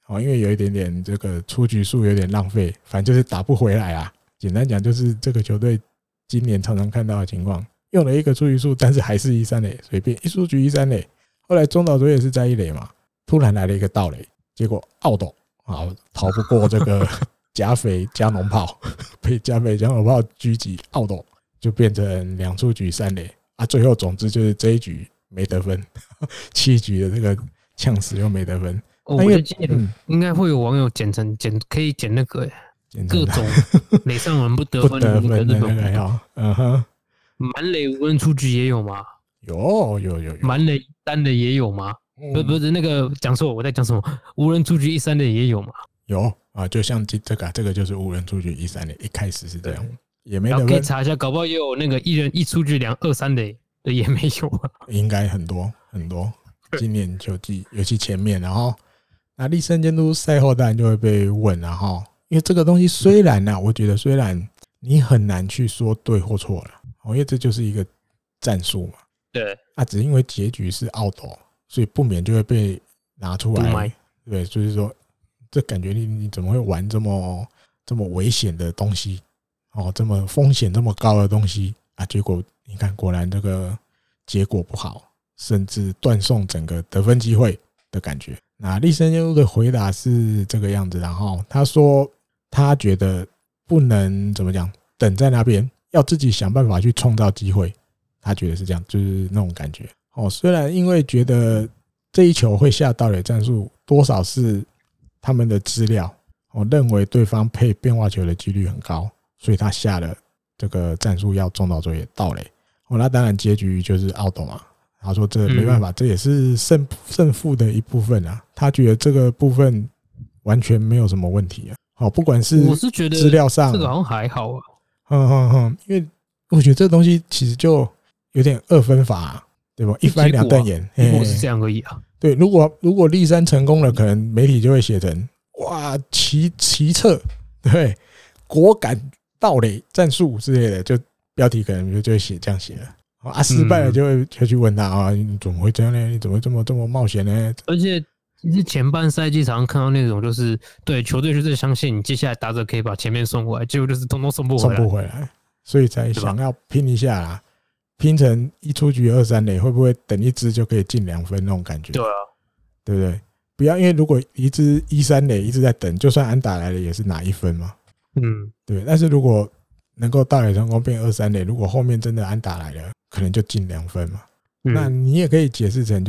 Speaker 1: 哦，因为有一点点这个出局数有点浪费，反正就是打不回来啊。简单讲就是这个球队今年常常看到的情况，用了一个出局数，但是还是一三垒，随便一出局一三垒。后来中岛卓也是在一垒嘛，突然来了一个盗垒，结果奥斗啊逃不过这个假匪加农炮，被假匪加农炮狙击，奥斗就变成两出局三垒啊。最后总之就是这一局没得分，七局的这个呛死又没得分。
Speaker 2: 哦，我觉得今年应该会有网友剪成剪可以剪那个、欸、各种垒上人不得分的那个日本
Speaker 1: 要，嗯哼，
Speaker 2: 满垒无人出局也有吗？
Speaker 1: 有有有有，
Speaker 2: 满垒单的也有吗？嗯、不不是那个讲错，我在讲什么？无人出局一三的也有吗？
Speaker 1: 有啊，就像这个、啊、这个就是无人出局一三垒，一开始是这样，也没得分。
Speaker 2: 可以查一下，搞不好也有那个一人一出局两二三垒的也没有啊。
Speaker 1: 应该很多很多，今年球季尤其前面，然后。那立身监督赛后当然就会被问，然后因为这个东西虽然呢、啊，我觉得虽然你很难去说对或错了，因为这就是一个战术嘛。
Speaker 2: 对，
Speaker 1: 啊，只是因为结局是out，所以不免就会被拿出来。对，就是说，这感觉你你怎么会玩这么这么危险的东西？哦，这么风险这么高的东西啊？结果你看，果然这个结果不好，甚至断送整个得分机会的感觉。那立身监督的回答是这个样子，然后他说他觉得不能怎么讲，等在那边，要自己想办法去创造机会。他觉得是这样，就是那种感觉。哦，虽然因为觉得这一球会下盗垒战术，多少是他们的资料，我认为对方配变化球的几率很高，所以他下了这个战术要中岛卓也盗垒。哦，那当然结局就是 out 嘛。他说这没办法，这也是胜胜负的一部分啊。他觉得这个部分完全没有什么问题啊。好，不管是
Speaker 2: 我是觉得
Speaker 1: 资料上
Speaker 2: 这个好像还好啊。
Speaker 1: 嗯嗯嗯，因为我觉得这个东西其实就有点二分法、啊，对吧？一翻两瞪眼，
Speaker 2: 结果是这样而已啊。
Speaker 1: 对，如果如果立山成功了，可能媒体就会写成哇奇奇策，对，果敢盗垒战术之类的，就标题可能就就会写这样写了。啊，失败了就会就去问他啊，你怎么会这样呢？你怎么这么这么冒险呢？
Speaker 2: 而且其实前半赛季常常看到那种，就是对球队就是相信你接下来打者可以把前面送回来，结果就是通通送不回来，
Speaker 1: 送不回来，所以才想要拼一下啦，拼成一出局二三垒，会不会等一支就可以进两分那种感觉？
Speaker 2: 对啊，
Speaker 1: 对不对？不要因为如果一支一三垒一直在等，就算安打来了也是拿一分嘛。
Speaker 2: 嗯，
Speaker 1: 对。但是如果能够盗垒成功变二三垒，如果后面真的安打来了，可能就进两分嘛。嗯、那你也可以解释成就是，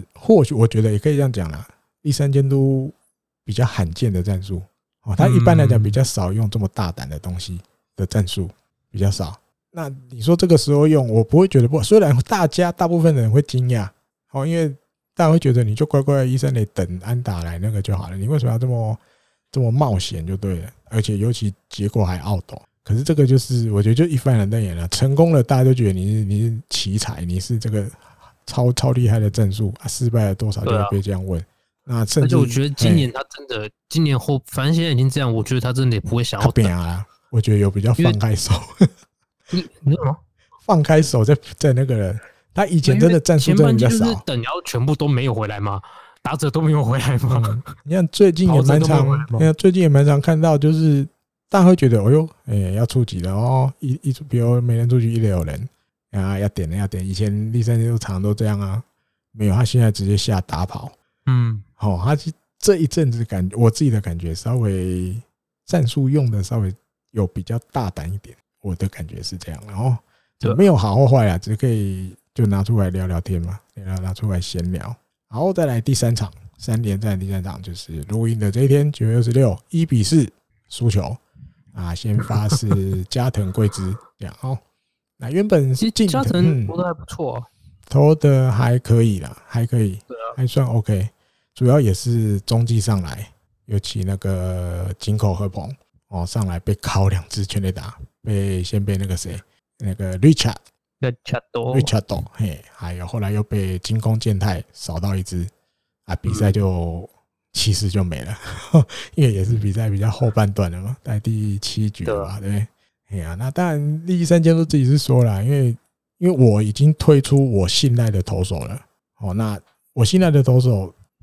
Speaker 1: 或许我觉得也可以这样讲啦。立山监督比较罕见的战术哦，他一般来讲比较少用这么大胆的东西的战术，比较少。那你说这个时候用，我不会觉得不好，虽然大家大部分的人会惊讶哦，因为大家会觉得你就乖乖一三垒等安打来那个就好了，你为什么要这么这么冒险就对了，而且尤其结果还out。可是这个就是我觉得就一翻两瞪眼了，成功了大家都觉得你是你是奇才，你是这个超超厉害的战术啊，失败了多少就会被这样问。那甚至
Speaker 2: 而且我觉得今年他真的今年后反正现在已经这样，我觉得他真的也不会想要等
Speaker 1: 啊。我觉得有比较放开手，
Speaker 2: 你你什么
Speaker 1: 放开手在在那个人，他以前真的战术真的比较少，
Speaker 2: 就是等然后全部都没有回来吗？打者都没有回来吗？
Speaker 1: 嗯、你看最近也蛮常，你看最近也蛮常看到就是。大家会觉得，哎呦，哎、欸，要出局了哦！一一比如每人出局一垒有人啊，要点了要点。以前立山监督常常都这样啊，没有，他现在直接下打跑。嗯，好、哦，他这一阵子感觉，我自己的感觉稍微战术用的稍微有比较大胆一点，我的感觉是这样。然后没有好或坏啊，只可以就拿出来聊聊天嘛，拿拿出来闲聊。然后再来第三场三连战，第三场就是录音的这一天，九月二十六，一比四输球。啊，先发是加藤贵之这样哦。那原本是进
Speaker 2: 加藤投的还不错、啊，
Speaker 1: 投的还可以啦，还可以，
Speaker 2: 对啊，
Speaker 1: 还算 OK。主要也是中继上来，尤其那个井口和朋哦上来被敲两支全垒打，被先被那个谁那个 Richard
Speaker 2: Richard
Speaker 1: Richard 嘿，还有后来又被金宫健太扫到一支啊，比赛就。嗯其实就没了，因为也是比赛比较后半段了嘛，在第七局了吧，对不对？哎呀，那当然立山监督自己是说了，因为因为我已经推出我信赖的投手了，哦，那我信赖的投手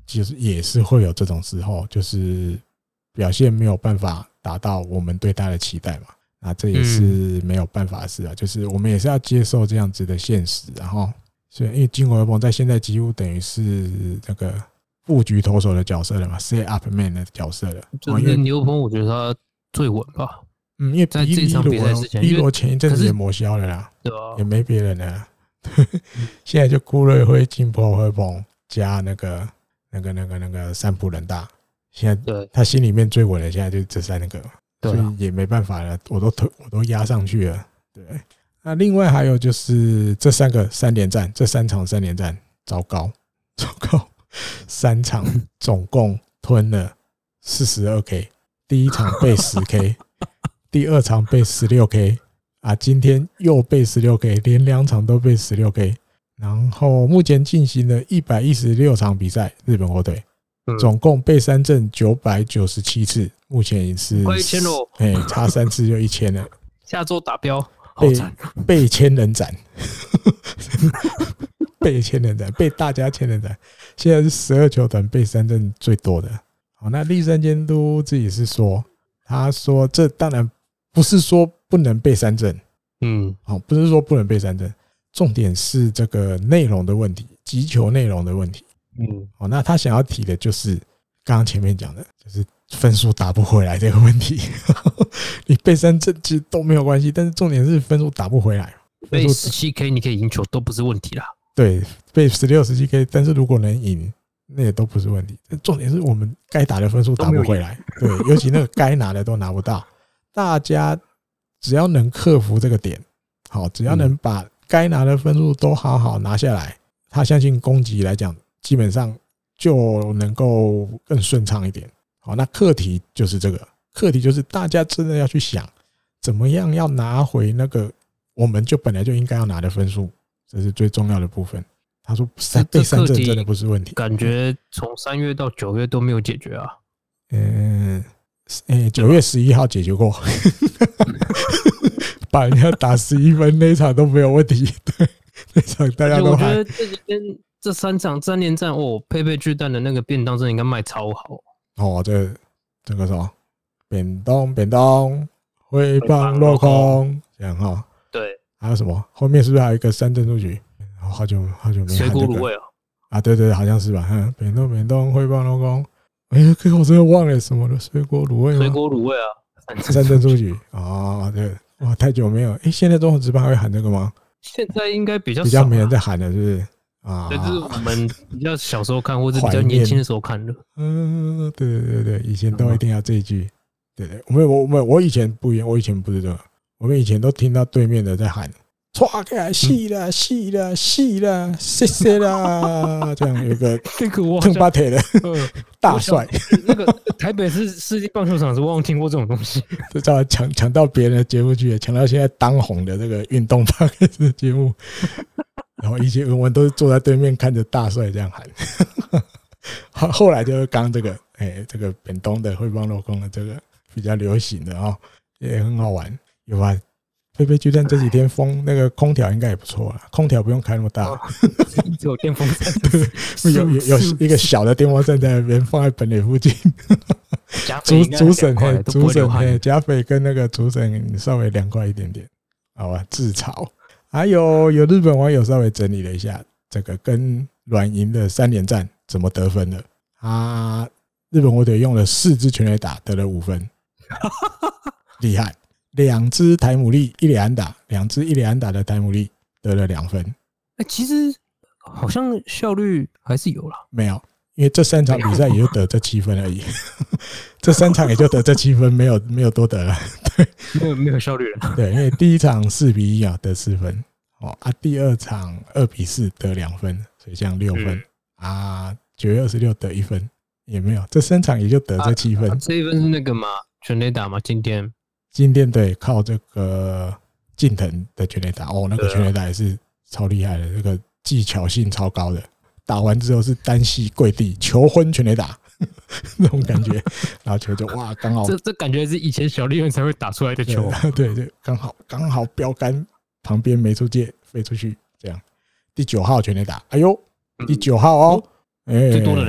Speaker 1: 就是也是会有这种时候，就是表现没有办法达到我们对他的期待嘛。那这也是没有办法的事啊，就是我们也是要接受这样子的现实。然后，所以因为金国鹏在现在几乎等于是那个布局投手的角色了嘛 ，set up man 的角色了。
Speaker 2: 就是牛鹏，我觉得他最稳吧。
Speaker 1: 嗯，因为
Speaker 2: 在这场比赛之前，
Speaker 1: B罗前一阵子也抹消了啦，
Speaker 2: 对啊，
Speaker 1: 也没别人了。现在就顾瑞辉、金波辉鹏加那个、那个、那个、那个三浦人大。现在他心里面最稳的，现在就是这三个，所以也没办法了，我都推，我都压上去了。对，那另外还有就是这三个三连战，这三场三连战，糟糕，糟糕，三场总共吞了四十二 K， 第一场被十 K。第二场被 十六 K 啊，今天又被 十六 K， 连两场都被 十六 K。然后目前进行了一百一十六场比赛，日本火腿总共被三振九百九十七次，目前是
Speaker 2: 快一千喽，
Speaker 1: 哎，差三次就一千了。
Speaker 2: 下周达标，
Speaker 1: 被被千人斩，被千人斩，被大家千人斩。现在是十二球团被三振最多的。好，那立山监督自己是说，他说这当然不是说不能被三振，嗯，好，不是说不能被三振，重点是这个内容的问题，击球内容的问题，嗯，好，那他想要提的就是刚刚前面讲的，就是分数打不回来这个问题。你被三振其实都没有关系，但是重点是分数打不回来。
Speaker 2: 被 十七 K 你可以赢球都不是问题啦。
Speaker 1: 对，被十六、十七 K， 但是如果能赢，那也都不是问题。重点是我们该打的分数打不回来，对，尤其那个该拿的都拿不到。大家只要能克服这个点，好，只要能把该拿的分数都好好拿下来，他相信攻击来讲，基本上就能够更顺畅一点。好，那课题就是这个，课题就是大家真的要去想，怎么样要拿回那个我们就本来就应该要拿的分数，这是最重要的部分。他说被三振真的不是问题，
Speaker 2: 感觉从三月到九月都没有解决啊。
Speaker 1: 嗯，诶，九月十一号解决过，把人家打十一分那一场都没有问题。对，那场大家都还。
Speaker 2: 我觉得这几天这三场三连战，哦，佩佩巨蛋的那个便当真的应该卖超好。
Speaker 1: 哦，这这个什么便当便当挥棒落空，这样哈。
Speaker 2: 对，
Speaker 1: 还有什么？后面是不是还有一个三振出局？好久好久没看、这个、
Speaker 2: 水果卤味啊！
Speaker 1: 啊，对对，好像是吧。嗯，便当便当挥棒落空。哎、欸，可我真的忘了什么了？水果卤味吗？
Speaker 2: 水果卤味啊！
Speaker 1: 三振出局啊！对，哇，太久没有。哎、欸，现在中华职棒还会喊这个吗？
Speaker 2: 现在应该比较少、啊、
Speaker 1: 比较没人在喊了，是不是？啊，
Speaker 2: 这是我们比较小时候看，或者比较年轻的时候看的。
Speaker 1: 嗯，对对对对，以前都一定要这一句。对对，我们我我我以前不一样，我以前不是这个，我们以前都听到对面的在喊。唰起来，死啦，死啦，死啦，谢谢啦！这样有一个腾巴铁的大帅。
Speaker 2: 那个台北市世纪棒球场是我忘听过这种东西，
Speaker 1: 就叫抢抢到别人的节目去，抢到现在当红的这个运动棒的节目。然后以前我们都是坐在对面看着大帅这样喊。后来就是刚这个，哎、欸，这个本东的挥棒落空的这个比较流行的哦，也很好玩，有吧？佩佩巨蛋这几天风那个空调应该也不错啦，空调不用开那么大，哦、
Speaker 2: 只有电风扇，
Speaker 1: 有有有一个小的电风扇在那边放在本垒附近。主主审嘿，主审嘿，甲斐跟那个主审稍微凉快一点点，好吧？自嘲。还有有日本网友稍微整理了一下这个跟软银的三连战怎么得分的，啊，日本火腿用了四支全垒打得了五分，厉害。两支台姆利一垒安打，两支一垒安打的台姆利得了两分。
Speaker 2: 欸、其实好像效率还是有啦。
Speaker 1: 没有，因为这三场比赛也就得这七分而已，这三场也就得这七分，没有没有多得了。对，
Speaker 2: 没有没有效率了。
Speaker 1: 对，因为第一场四比一啊得四分，哦啊，第二场二比四得两分，所以这样六分、嗯、啊，九月二十六得一分也没有，这三场也就得这七分、啊
Speaker 2: 啊。这一分是那个嘛，全垒打嘛，今天。
Speaker 1: 今天对靠这个近藤的全垒打哦，那个全垒打也是超厉害的，这个技巧性超高的，打完之后是单膝跪地求婚全垒打那种感觉，然后球就哇刚好，
Speaker 2: 这这感觉是以前小立人才会打出来的球，
Speaker 1: 对对，刚好刚好标杆旁边没出界飞出去，这样第九号全垒打，哎呦第九号哦，
Speaker 2: 哎、最多的嘞，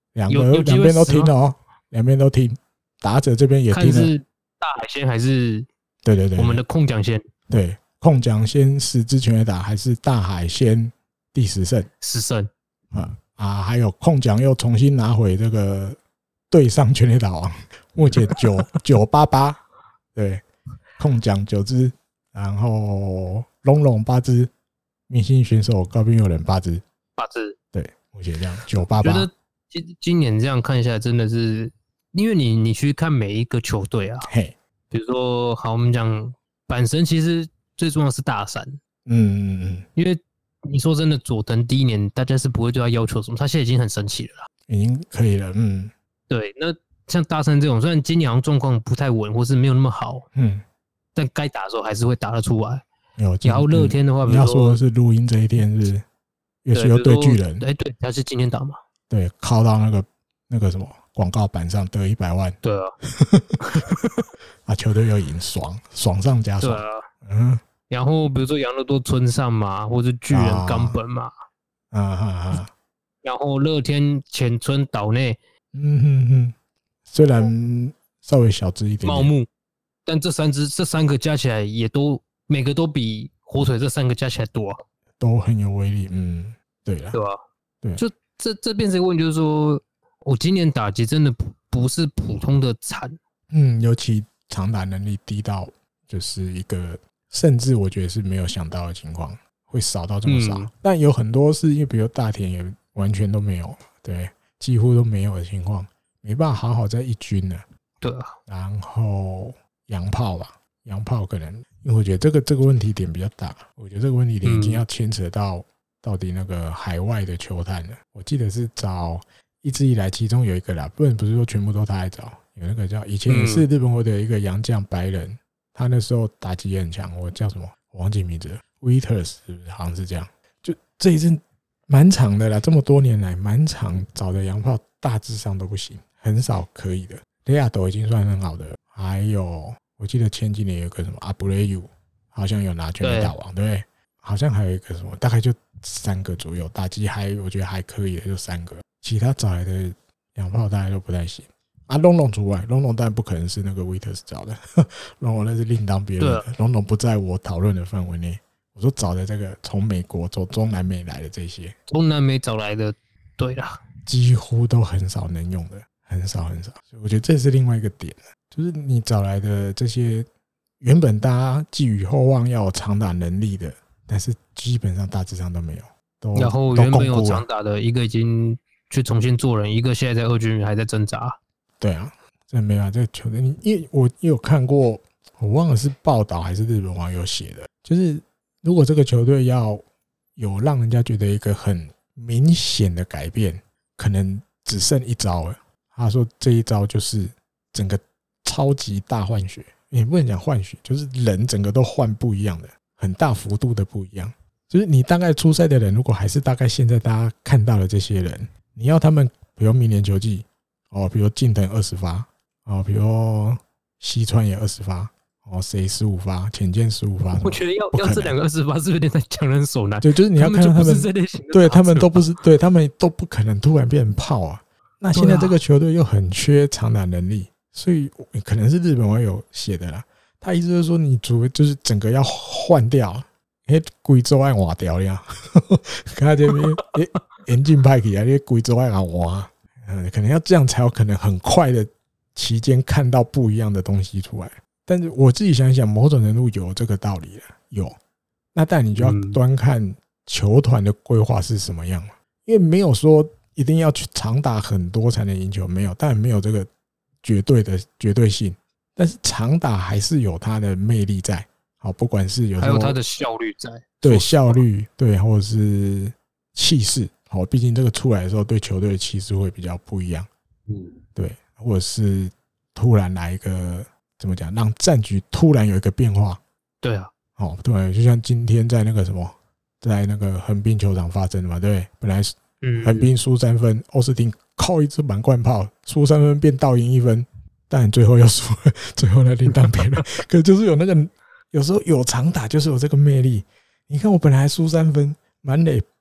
Speaker 1: 两个两边都听哦，两边都听，打者这边也听了。
Speaker 2: 看是大海先还是
Speaker 1: 对对对，
Speaker 2: 我们的控奖先？
Speaker 1: 对，控奖先十支全垒打，还是大海先第十胜？
Speaker 2: 十胜
Speaker 1: 啊啊，还有控奖又重新拿回这个对上全垒打王，目前九九八八，对，控奖九支，然后龙龙八支，明星选手高滨佑人八支，
Speaker 2: 八支，
Speaker 1: 对，目前这样九八八。
Speaker 2: 觉得今今年这样看下来，真的是，因为你你去看每一个球队啊，
Speaker 1: 嘿，
Speaker 2: 比如说好，我们讲阪神，其实最重要的是大山，
Speaker 1: 嗯嗯嗯，
Speaker 2: 因为你说真的，佐藤第一年大家是不会对他要求什么，他现在已经很神奇了啦，
Speaker 1: 已经可以了，嗯，
Speaker 2: 对，那像大山这种，虽然今年好像状况不太稳，或是没有那么好，
Speaker 1: 嗯，
Speaker 2: 但该打的时候还是会打得出来。
Speaker 1: 有，
Speaker 2: 然后乐天的话，
Speaker 1: 你要说的是录音这一天是，也是有对巨人，
Speaker 2: 哎，对，他是今天打嘛，
Speaker 1: 对，靠到那个那个什么广告板上得一百万，
Speaker 2: 对啊，
Speaker 1: 啊，球队又赢，爽，爽上加爽，
Speaker 2: 对啊，
Speaker 1: 嗯。
Speaker 2: 然后比如说养乐多村上嘛，或者巨人冈本嘛，
Speaker 1: 啊啊啊！
Speaker 2: 然后乐天浅村岛内，
Speaker 1: 嗯哼哼，虽然稍微小只一点点，
Speaker 2: 茂木，但这三支这三个加起来也都每个都比火腿这三个加起来多、啊，
Speaker 1: 都很有威力。嗯，对了，
Speaker 2: 对吧、啊？
Speaker 1: 对，
Speaker 2: 就这这变成一个问题，就是说我今年打击真的不不是普通的惨，
Speaker 1: 嗯，尤其长打能力低到就是一个。甚至我觉得是没有想到的情况，会少到这么少。嗯、但有很多是因为，比如大田也完全都没有，对，几乎都没有的情况，没办法好好在一军了。
Speaker 2: 对啊。
Speaker 1: 然后洋炮吧，洋炮可能，因为我觉得这个这个问题点比较大，我觉得这个问题点已经要牵扯到到底那个海外的球探了。我记得是找一直以来，其中有一个啦，不然不是说全部都他来找，有那个叫以前也是日本国的一个洋将白人。他那时候打击也很强，我叫什么？我忘记名字了 ，Wieters 是不是？好像是这样。就这一阵蛮长的啦，这么多年来蛮长，找的洋炮大致上都不行，很少可以的。雷亚斗已经算很好的，还有我记得前几年有一个什么阿布雷尤，好像有拿全垒打王，对不对？好像还有一个什么，大概就三个左右，打击还我觉得还可以的就三个，其他找来的洋炮大概都不太行。啊，龙龙除外，龙龙当然不可能是那个 Wieters 找的，龙龙那是另当别论的，龙龙不在我讨论的范围内。我说找的这个从美国、从中南美来的这些，
Speaker 2: 中南美找来的，对啦，
Speaker 1: 几乎都很少能用的，很少很少。所以我觉得这是另外一个点，就是你找来的这些原本大家寄予厚望要有长打能力的，但是基本上大致上都没有。都
Speaker 2: 然后原本有长打的一个已经去重新做人，一个现在在二军还在挣扎。
Speaker 1: 对啊，这没办法，这个球队，因为我也有看过，我忘了是报道还是日本网友写的，就是如果这个球队要有让人家觉得一个很明显的改变，可能只剩一招了。他说这一招就是整个超级大换血，也不能讲换血，就是人整个都换不一样的，很大幅度的不一样。就是你大概出赛的人，如果还是大概现在大家看到的这些人，你要他们，比如明年球季。哦，比如近藤二十发，哦，比如西川也二十发，哦，谁十五发，浅见十五发，
Speaker 2: 我觉得要要这两个二十发是不是有点在强人所难？
Speaker 1: 对，就是你要看到他们，对他们都不是，对他们都不可能突然变成炮啊。那现在这个球队又很缺长打能力，所以可能是日本网友写的啦。他意思就是说，你除非就是整个要换掉，哎，贵州爱换掉了，看这边，哎，严禁派去啊，你贵州爱换。嗯，可能要这样才有可能很快的期间看到不一样的东西出来。但是我自己想想，某种程度有这个道理了，有。那但你就要端看球团的规划是什么样嘛，因为没有说一定要去长打很多才能赢球，没有，当然没有这个绝对的绝对性。但是长打还是有它的魅力在，好，不管是有时候
Speaker 2: 还有它的效率在，
Speaker 1: 对效率，对，或者是气势。好，毕竟这个出来的时候，对球队的气势会比较不一样。嗯，对，或者是突然来一个怎么讲，让战局突然有一个变化。
Speaker 2: 对啊，
Speaker 1: 哦，对，就像今天在那个什么，在那个横滨球场发生的嘛，对不对？本来横滨输三分，欧斯汀靠一支满贯炮，输三分变倒赢一分，但最后又输了，最后呢另当别论。可就是有那个，有时候有长打就是有这个魅力。你看我本来输三分，满垒。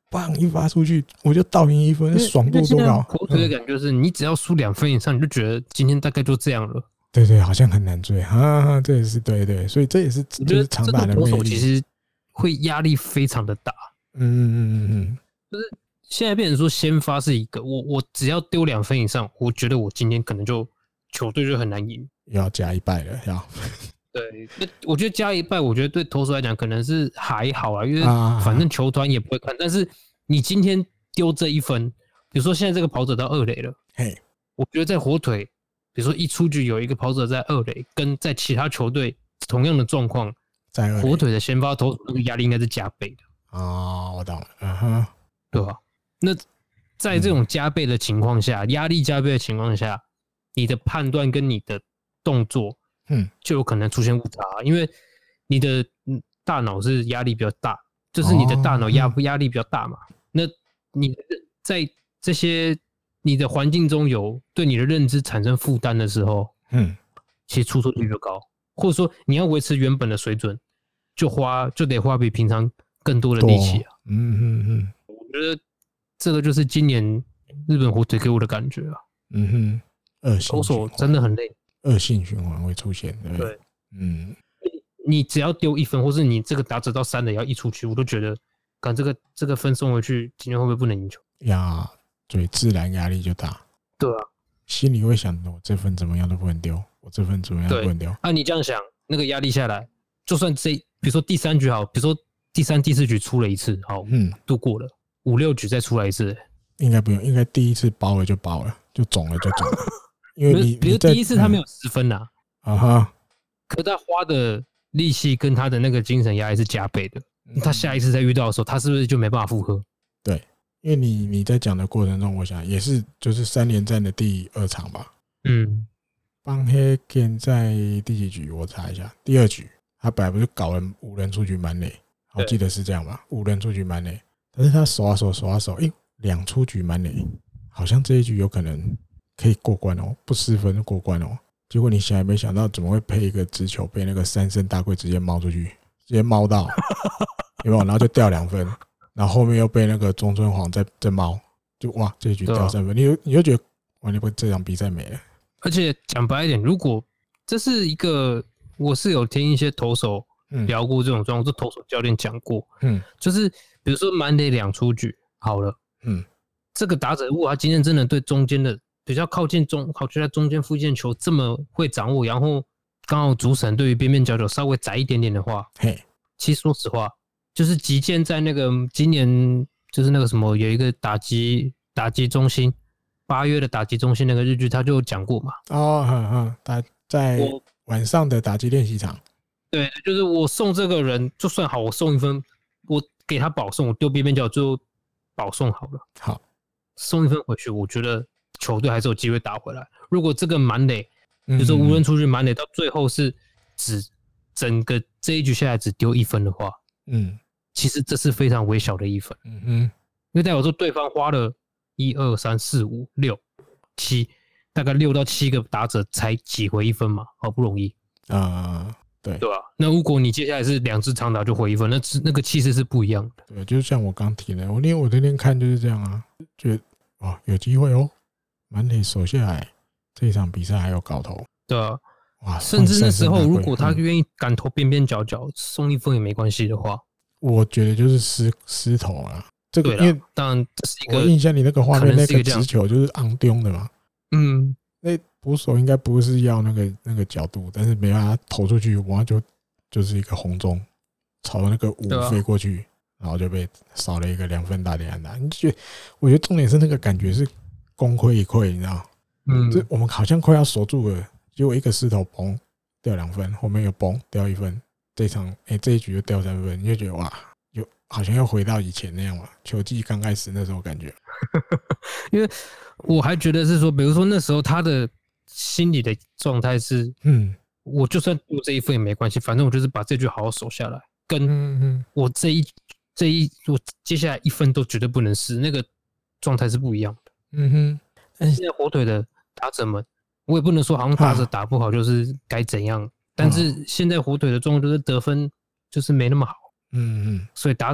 Speaker 1: 棒一发出去，我就倒赢一分，爽度多高！
Speaker 2: 火腿的感觉是，你只要输两分以上，你就觉得今天大概就这样了。
Speaker 1: 对对，好像很难追啊，这也是对对，所以这也是就是长打的魅力。
Speaker 2: 其实会压力非常的大。
Speaker 1: 嗯嗯嗯嗯，
Speaker 2: 就是现在变成说先发是一个，我我只要丢两分以上，我觉得我今天可能就球队就很难赢，
Speaker 1: 要加一败了，要。
Speaker 2: 对，那我觉得加一败，我觉得对投手来讲可能是还好啊，因为反正球团也不会看。但是你今天丢这一分，比如说现在这个跑者到二垒了，
Speaker 1: 嘿，
Speaker 2: 我觉得在火腿，比如说一出局有一个跑者在二垒，跟在其他球队同样的状况，
Speaker 1: 在
Speaker 2: 火腿的先发投手那个压力应该是加倍的。
Speaker 1: 哦，我懂了，嗯哼，
Speaker 2: 对吧？那在这种加倍的情况下，压力加倍的情况下，你的判断跟你的动作。嗯，就有可能出现误差，因为你的大脑是压力比较大，就是你的大脑压压力比较大嘛。那你在这些你的环境中有对你的认知产生负担的时候，嗯，其实出错率就高，或者说你要维持原本的水准，就花就得花比平常更多的力气啊。嗯嗯嗯，我觉得这个就是今年日本火腿给我的感觉啊。嗯哼，投手真的很累。
Speaker 1: 恶性循环会出现，对不对？对，
Speaker 2: 嗯，你只要丢一分，或是你这个打者到三垒要一出去，我都觉得，看这个这个分送回去，今天会不会不能赢球？
Speaker 1: 呀，所以自然压力就大。
Speaker 2: 对啊，
Speaker 1: 心里会想，我这分怎么样都不能丢，我这分怎么样都不能丢。
Speaker 2: 啊，你这样想，那个压力下来，就算这，比如说第三局好，比如说第三、第四局出了一次，好，嗯，度过了，五六局再出来一次，
Speaker 1: 应该不用，应该第一次包了就包了，就中了就中了。因为你
Speaker 2: 比如第一次他没有十分呐，
Speaker 1: 啊哈，
Speaker 2: 可他花的力气跟他的那个精神压力是加倍的。他下一次再遇到的时候，他是不是就没办法负荷？
Speaker 1: 对，因为你你在讲的过程中，我想也是就是三连战的第二场吧。嗯，邦黑健在第几局？我查一下，第二局他本来不是搞了五人出局满垒，我记得是这样吧？五人出局满垒，但是他守啊守守啊守，哎，两出局满垒，好像这一局有可能。可以过关哦，不失分就过关哦。结果你想也没想到，怎么会配一个直球被那个三胜大贵直接猫出去，直接猫到，有没有？然后就掉两分，然后后面又被那个中村晃再再猫，就哇，这一局掉三分，你就你就觉得哇，你不这场比赛没了。
Speaker 2: 而且讲白一点，如果这是一个，我是有听一些投手聊过这种状况，这投手教练讲过，嗯，就是比如说满垒两出局好了，嗯，这个打者如果他今天真的对中间的。比较靠近中，好就在中间附近球这么会掌握，然后刚好主审对于边边角角稍微窄一点点的话，嘿，其实说实话，就是击剑在那个今年就是那个什么有一个打击打击中心，八月的打击中心那个日剧他就讲过嘛。
Speaker 1: 哦，嗯嗯，打在晚上的打击练习场。
Speaker 2: 对，就是我送这个人就算好，我送一分，我给他保送，我丢边边角就保送好了。
Speaker 1: 好，
Speaker 2: 送一分回去，我觉得。球队还是有机会打回来。如果这个满垒，就是无人出去满垒，到最后是只整个这一局下来只丢一分的话，嗯，其实这是非常微小的一分，嗯哼，因为代表说对方花了一二三四五六七，大概六到七个打者才挤回一分嘛，好不容易
Speaker 1: 啊，对
Speaker 2: 对吧？那如果你接下来是两支长打就回一分，那那个气势是不一样的。
Speaker 1: 对，就像我刚提的，我因为我那天看就是这样啊，觉得哦有机会哦。满垒守下来，这一场比赛还有搞头，
Speaker 2: 对啊，哇！甚至那时候，如果他愿意敢投边边角角，送一分也没关系的话，
Speaker 1: 我觉得就是失失投了。这个因为
Speaker 2: 当然这是一个，
Speaker 1: 我印象里那个画面那个直球就是昂丢的嘛，
Speaker 2: 嗯，
Speaker 1: 那捕手应该不是要那个那个角度，但是没办法投出去，哇，就就是一个红中朝那个五飞过去，然后就被少了一个两分大点安打。你觉得？我觉得重点是那个感觉是。功亏一篑，你知道？嗯，这我们好像快要守住了，结果一个失投，崩掉两分，后面又崩掉一分，这一场哎、欸、这一局就掉三分，你就觉得哇，有好像又回到以前那样嘛，球季刚开始那时候感觉。
Speaker 2: 因为我还觉得是说，比如说那时候他的心理的状态是，嗯，我就算丢这一分也没关系，反正我就是把这局好好守下来，跟我这一这一我接下来一分都绝对不能失，那个状态是不一样的。嗯哼，但是现在火腿的打者们，我也不能说好像打者打不好就是该怎样，但是现在火腿的状况就是得分就是没那么好，嗯嗯，所以打者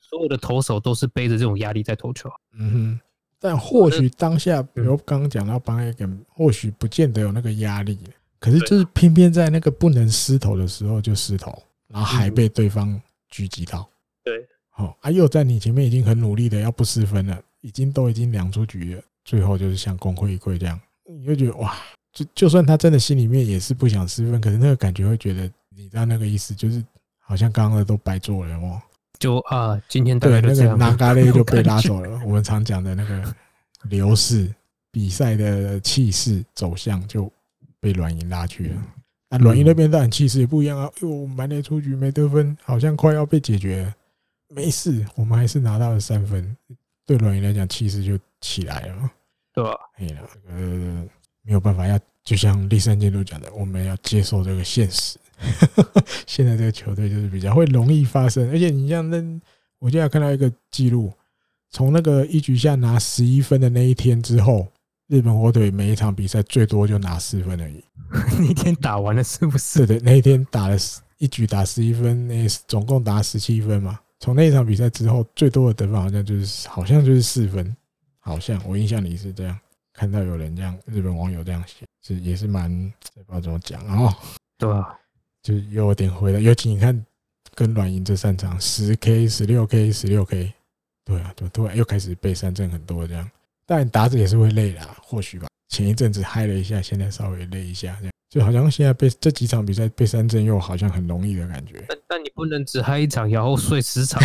Speaker 2: 所有的投手都是背着这种压力在投球。
Speaker 1: 嗯哼，但或许当下，比如刚刚讲到邦黑根，或许不见得有那个压力，可是就是偏偏在那个不能失投的时候就失投，然后还被对方狙击到。
Speaker 2: 对，
Speaker 1: 好啊，又在你前面已经很努力的要不失分了，已经都已经两出局了，最后就是像功亏一篑这样，你就觉得哇，就就算他真的心里面也是不想失分，可是那个感觉会觉得，你知道那个意思就是。好像刚刚的都白做了哦，
Speaker 2: 就啊，今天大概就
Speaker 1: 对
Speaker 2: 这样，
Speaker 1: 那个拿嘎类就被拉走了。我们常讲的那个流逝比赛的气势走向就被软银拉去了。那软银那边当然气势也不一样啊，哟，满垒出局没得分，好像快要被解决了。没事，我们还是拿到了三分，对软银来讲气势就起来了，
Speaker 2: 对吧？
Speaker 1: 哎呀，这个没有办法，要就像第三监督讲的，我们要接受这个现实。现在这个球队就是比较会容易发生，而且你像那，我现在看到一个记录，从那个一局下拿十一分的那一天之后，日本火腿每一场比赛最多就拿四分而已。
Speaker 2: 那天打完了是不是？
Speaker 1: 对对，那一天打了一局打十一分，那总共打十七分嘛。从那一场比赛之后，最多的得分好像就是好像就是四分，好像我印象里是这样。看到有人这样，日本网友这样写，是也是蛮不知道怎么讲哦。
Speaker 2: 对啊。
Speaker 1: 就有点回来，尤其你看跟软银这三场十 K、十六 K、十六 K， 对啊，就突然又开始被三振很多这样。但打者也是会累啦，或许吧。前一阵子嗨了一下，现在稍微累一下，这样就好像现在被这几场比赛被三振又好像很容易的感觉。
Speaker 2: 但但你不能只嗨一场，然后睡十场。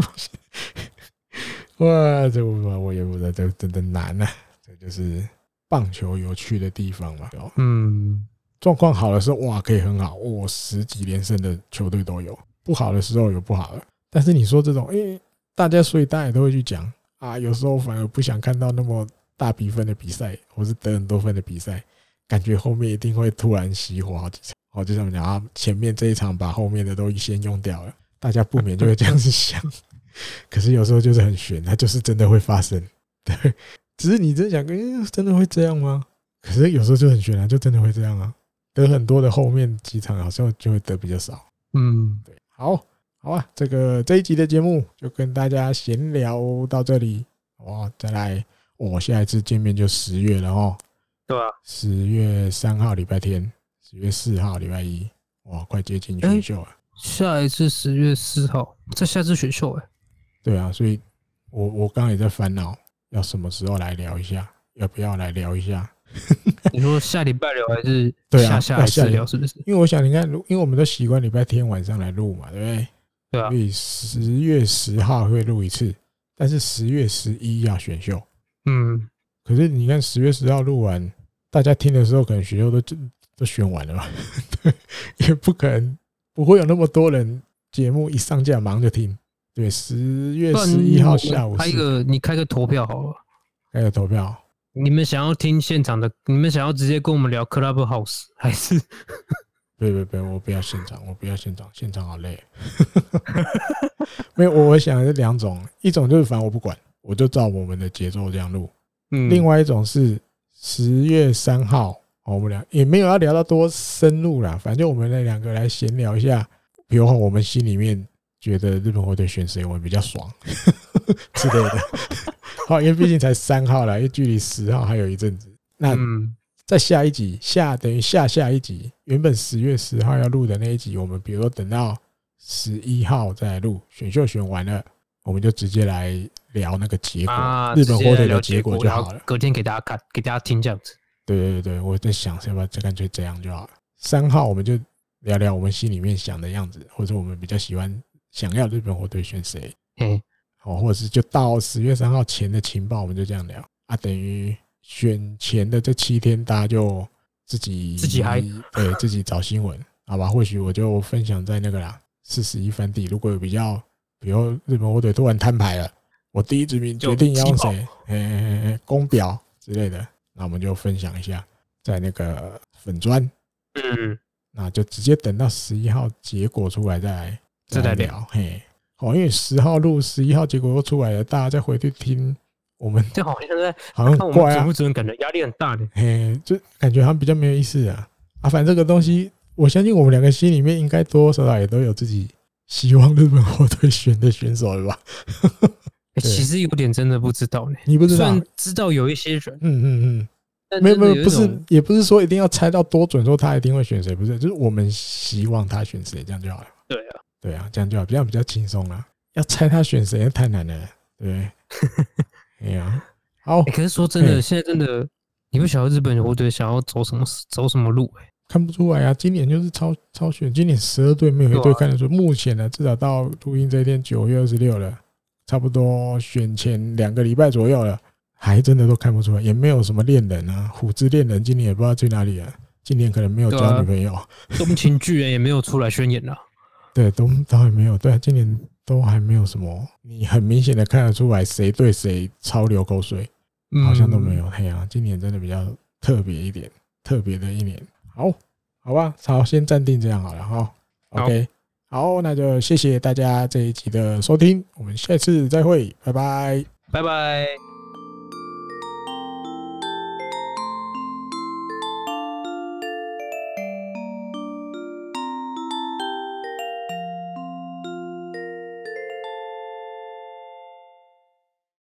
Speaker 1: 哇，这我我也不知道，这真的难啊！这就是棒球有趣的地方嘛。嗯。状况好的时候，哇，可以很好，哇、哦，十几连胜的球队都有；不好的时候有不好的。但是你说这种，哎、欸，大家所以大家也都会去讲啊，有时候反而不想看到那么大比分的比赛，或是得很多分的比赛，感觉后面一定会突然熄火好几场。哦，就这么讲啊，前面这一场把后面的都先用掉了，大家不免就会这样子想。可是有时候就是很悬，它就是真的会发生。对，只是你真想，哎、欸，真的会这样吗？可是有时候就很悬啊，就真的会这样啊。得很多的后面几场好像就会得比较少。嗯，对，好，好啊，这个这一集的节目就跟大家闲聊到这里。哇，再来，我、哦、下一次见面就十月了哦。
Speaker 2: 对啊，
Speaker 1: 十月三号礼拜天，十月四号礼拜一，哇，快接近选秀了。欸、
Speaker 2: 下一次十月四号，再下次选秀哎、欸。
Speaker 1: 对啊，所以我我刚刚也在烦恼，要什么时候来聊一下，要不要来聊一下？
Speaker 2: 你说下礼拜聊还是下下一次聊？是不是？
Speaker 1: 因为我想你看，因为我们都习惯礼拜天晚上来录嘛，对不对？
Speaker 2: 对啊。
Speaker 1: 所以十月十号会录一次，但是十月十一要选秀。嗯。可是你看十月十号录完，大家听的时候可能选秀都都选完了嘛，对，也不可能不会有那么多人节目一上架马上就听。对，十月十一号下午
Speaker 2: 开一个，你开个投票好了，
Speaker 1: 开个投票。
Speaker 2: 你们想要听现场的？你们想要直接跟我们聊 Clubhouse 还是？
Speaker 1: 别别别，我不要现场，我不要现场，现场好累。没有，我想的是两种，一种就是反正我不管，我就照我们的节奏这样录。嗯。另外一种是十月三号，我们俩也没有要聊到多深入啦，反正我们那两个来闲聊一下，比如说我们心里面觉得日本火腿选谁我们比较爽之类的。好，因为毕竟才三号了，因为距离十号还有一阵子。那在下一集，下等于下下一集，原本十月十号要录的那一集，我们比如说等到十一号再来录，选秀选完了，我们就直接来聊那个结果，啊、日本火腿的结果就好了。
Speaker 2: 隔天给大家看，给大家听这样子。
Speaker 1: 对对对，我在想，要不要干脆这样就好了。三号我们就聊聊我们心里面想的样子，或者我们比较喜欢想要日本火腿选谁。嗯。哦，或者是就到十月三号前的情报，我们就这样聊啊。等于选前的这七天，大家就自己
Speaker 2: 自己嗨，
Speaker 1: 对自己找新闻，好吧？或许我就分享在那个啦，四十一番地。如果有比较，比如日本火腿突然摊牌了，我第一指名决定要用谁，诶，公表之类的，那我们就分享一下在那个粉专，嗯，那就直接等到十一号结果出来再来
Speaker 2: 再来聊，
Speaker 1: 嘿。哦，因为十号录，十一号结果又出来了，大家再回去听我们，
Speaker 2: 就好像在
Speaker 1: 好像很怪啊，
Speaker 2: 准不准？感觉压力很大的，
Speaker 1: 嘿，就感觉好像比较没有意思啊。啊，反正这个东西，我相信我们两个心里面应该多多少少也都有自己希望日本火腿选的选手了吧？
Speaker 2: 欸、其实有点真的不知道呢。
Speaker 1: 你不知道？
Speaker 2: 虽然知道有一些人，
Speaker 1: 嗯嗯嗯，没有没有，不是，也不是说一定要猜到多准，说他一定会选谁，不是，就是我们希望他选谁，这样就好了。
Speaker 2: 对啊，
Speaker 1: 对啊，这样就好，这样比较轻松啦。要猜他选谁太难了，对不对？哎呀，好、
Speaker 2: 欸。可是说真的，现在真的，你不晓得日本火腿想要走什么走什么路、欸，
Speaker 1: 看不出来啊。今年就是超超选，今年十二队没有一队看得出。啊、目前呢，至少到录音这一天九月二十六了，差不多选前两个礼拜左右了，还真的都看不出来，也没有什么恋人啊，虎之恋人今年也不知道去哪里了。今年可能没有交女朋友。
Speaker 2: 东情巨人也没有出来宣言了。
Speaker 1: 对，都都还没有。对，今年都还没有什么，你很明显的看得出来谁对谁超流口水，好像都没有。嘿啊，今年真的比较特别一点，特别的一年。好，好吧，好，先暂定这样好了哈。OK， 好，那就谢谢大家这一集的收听，我们下次再会，拜拜，
Speaker 2: 拜拜。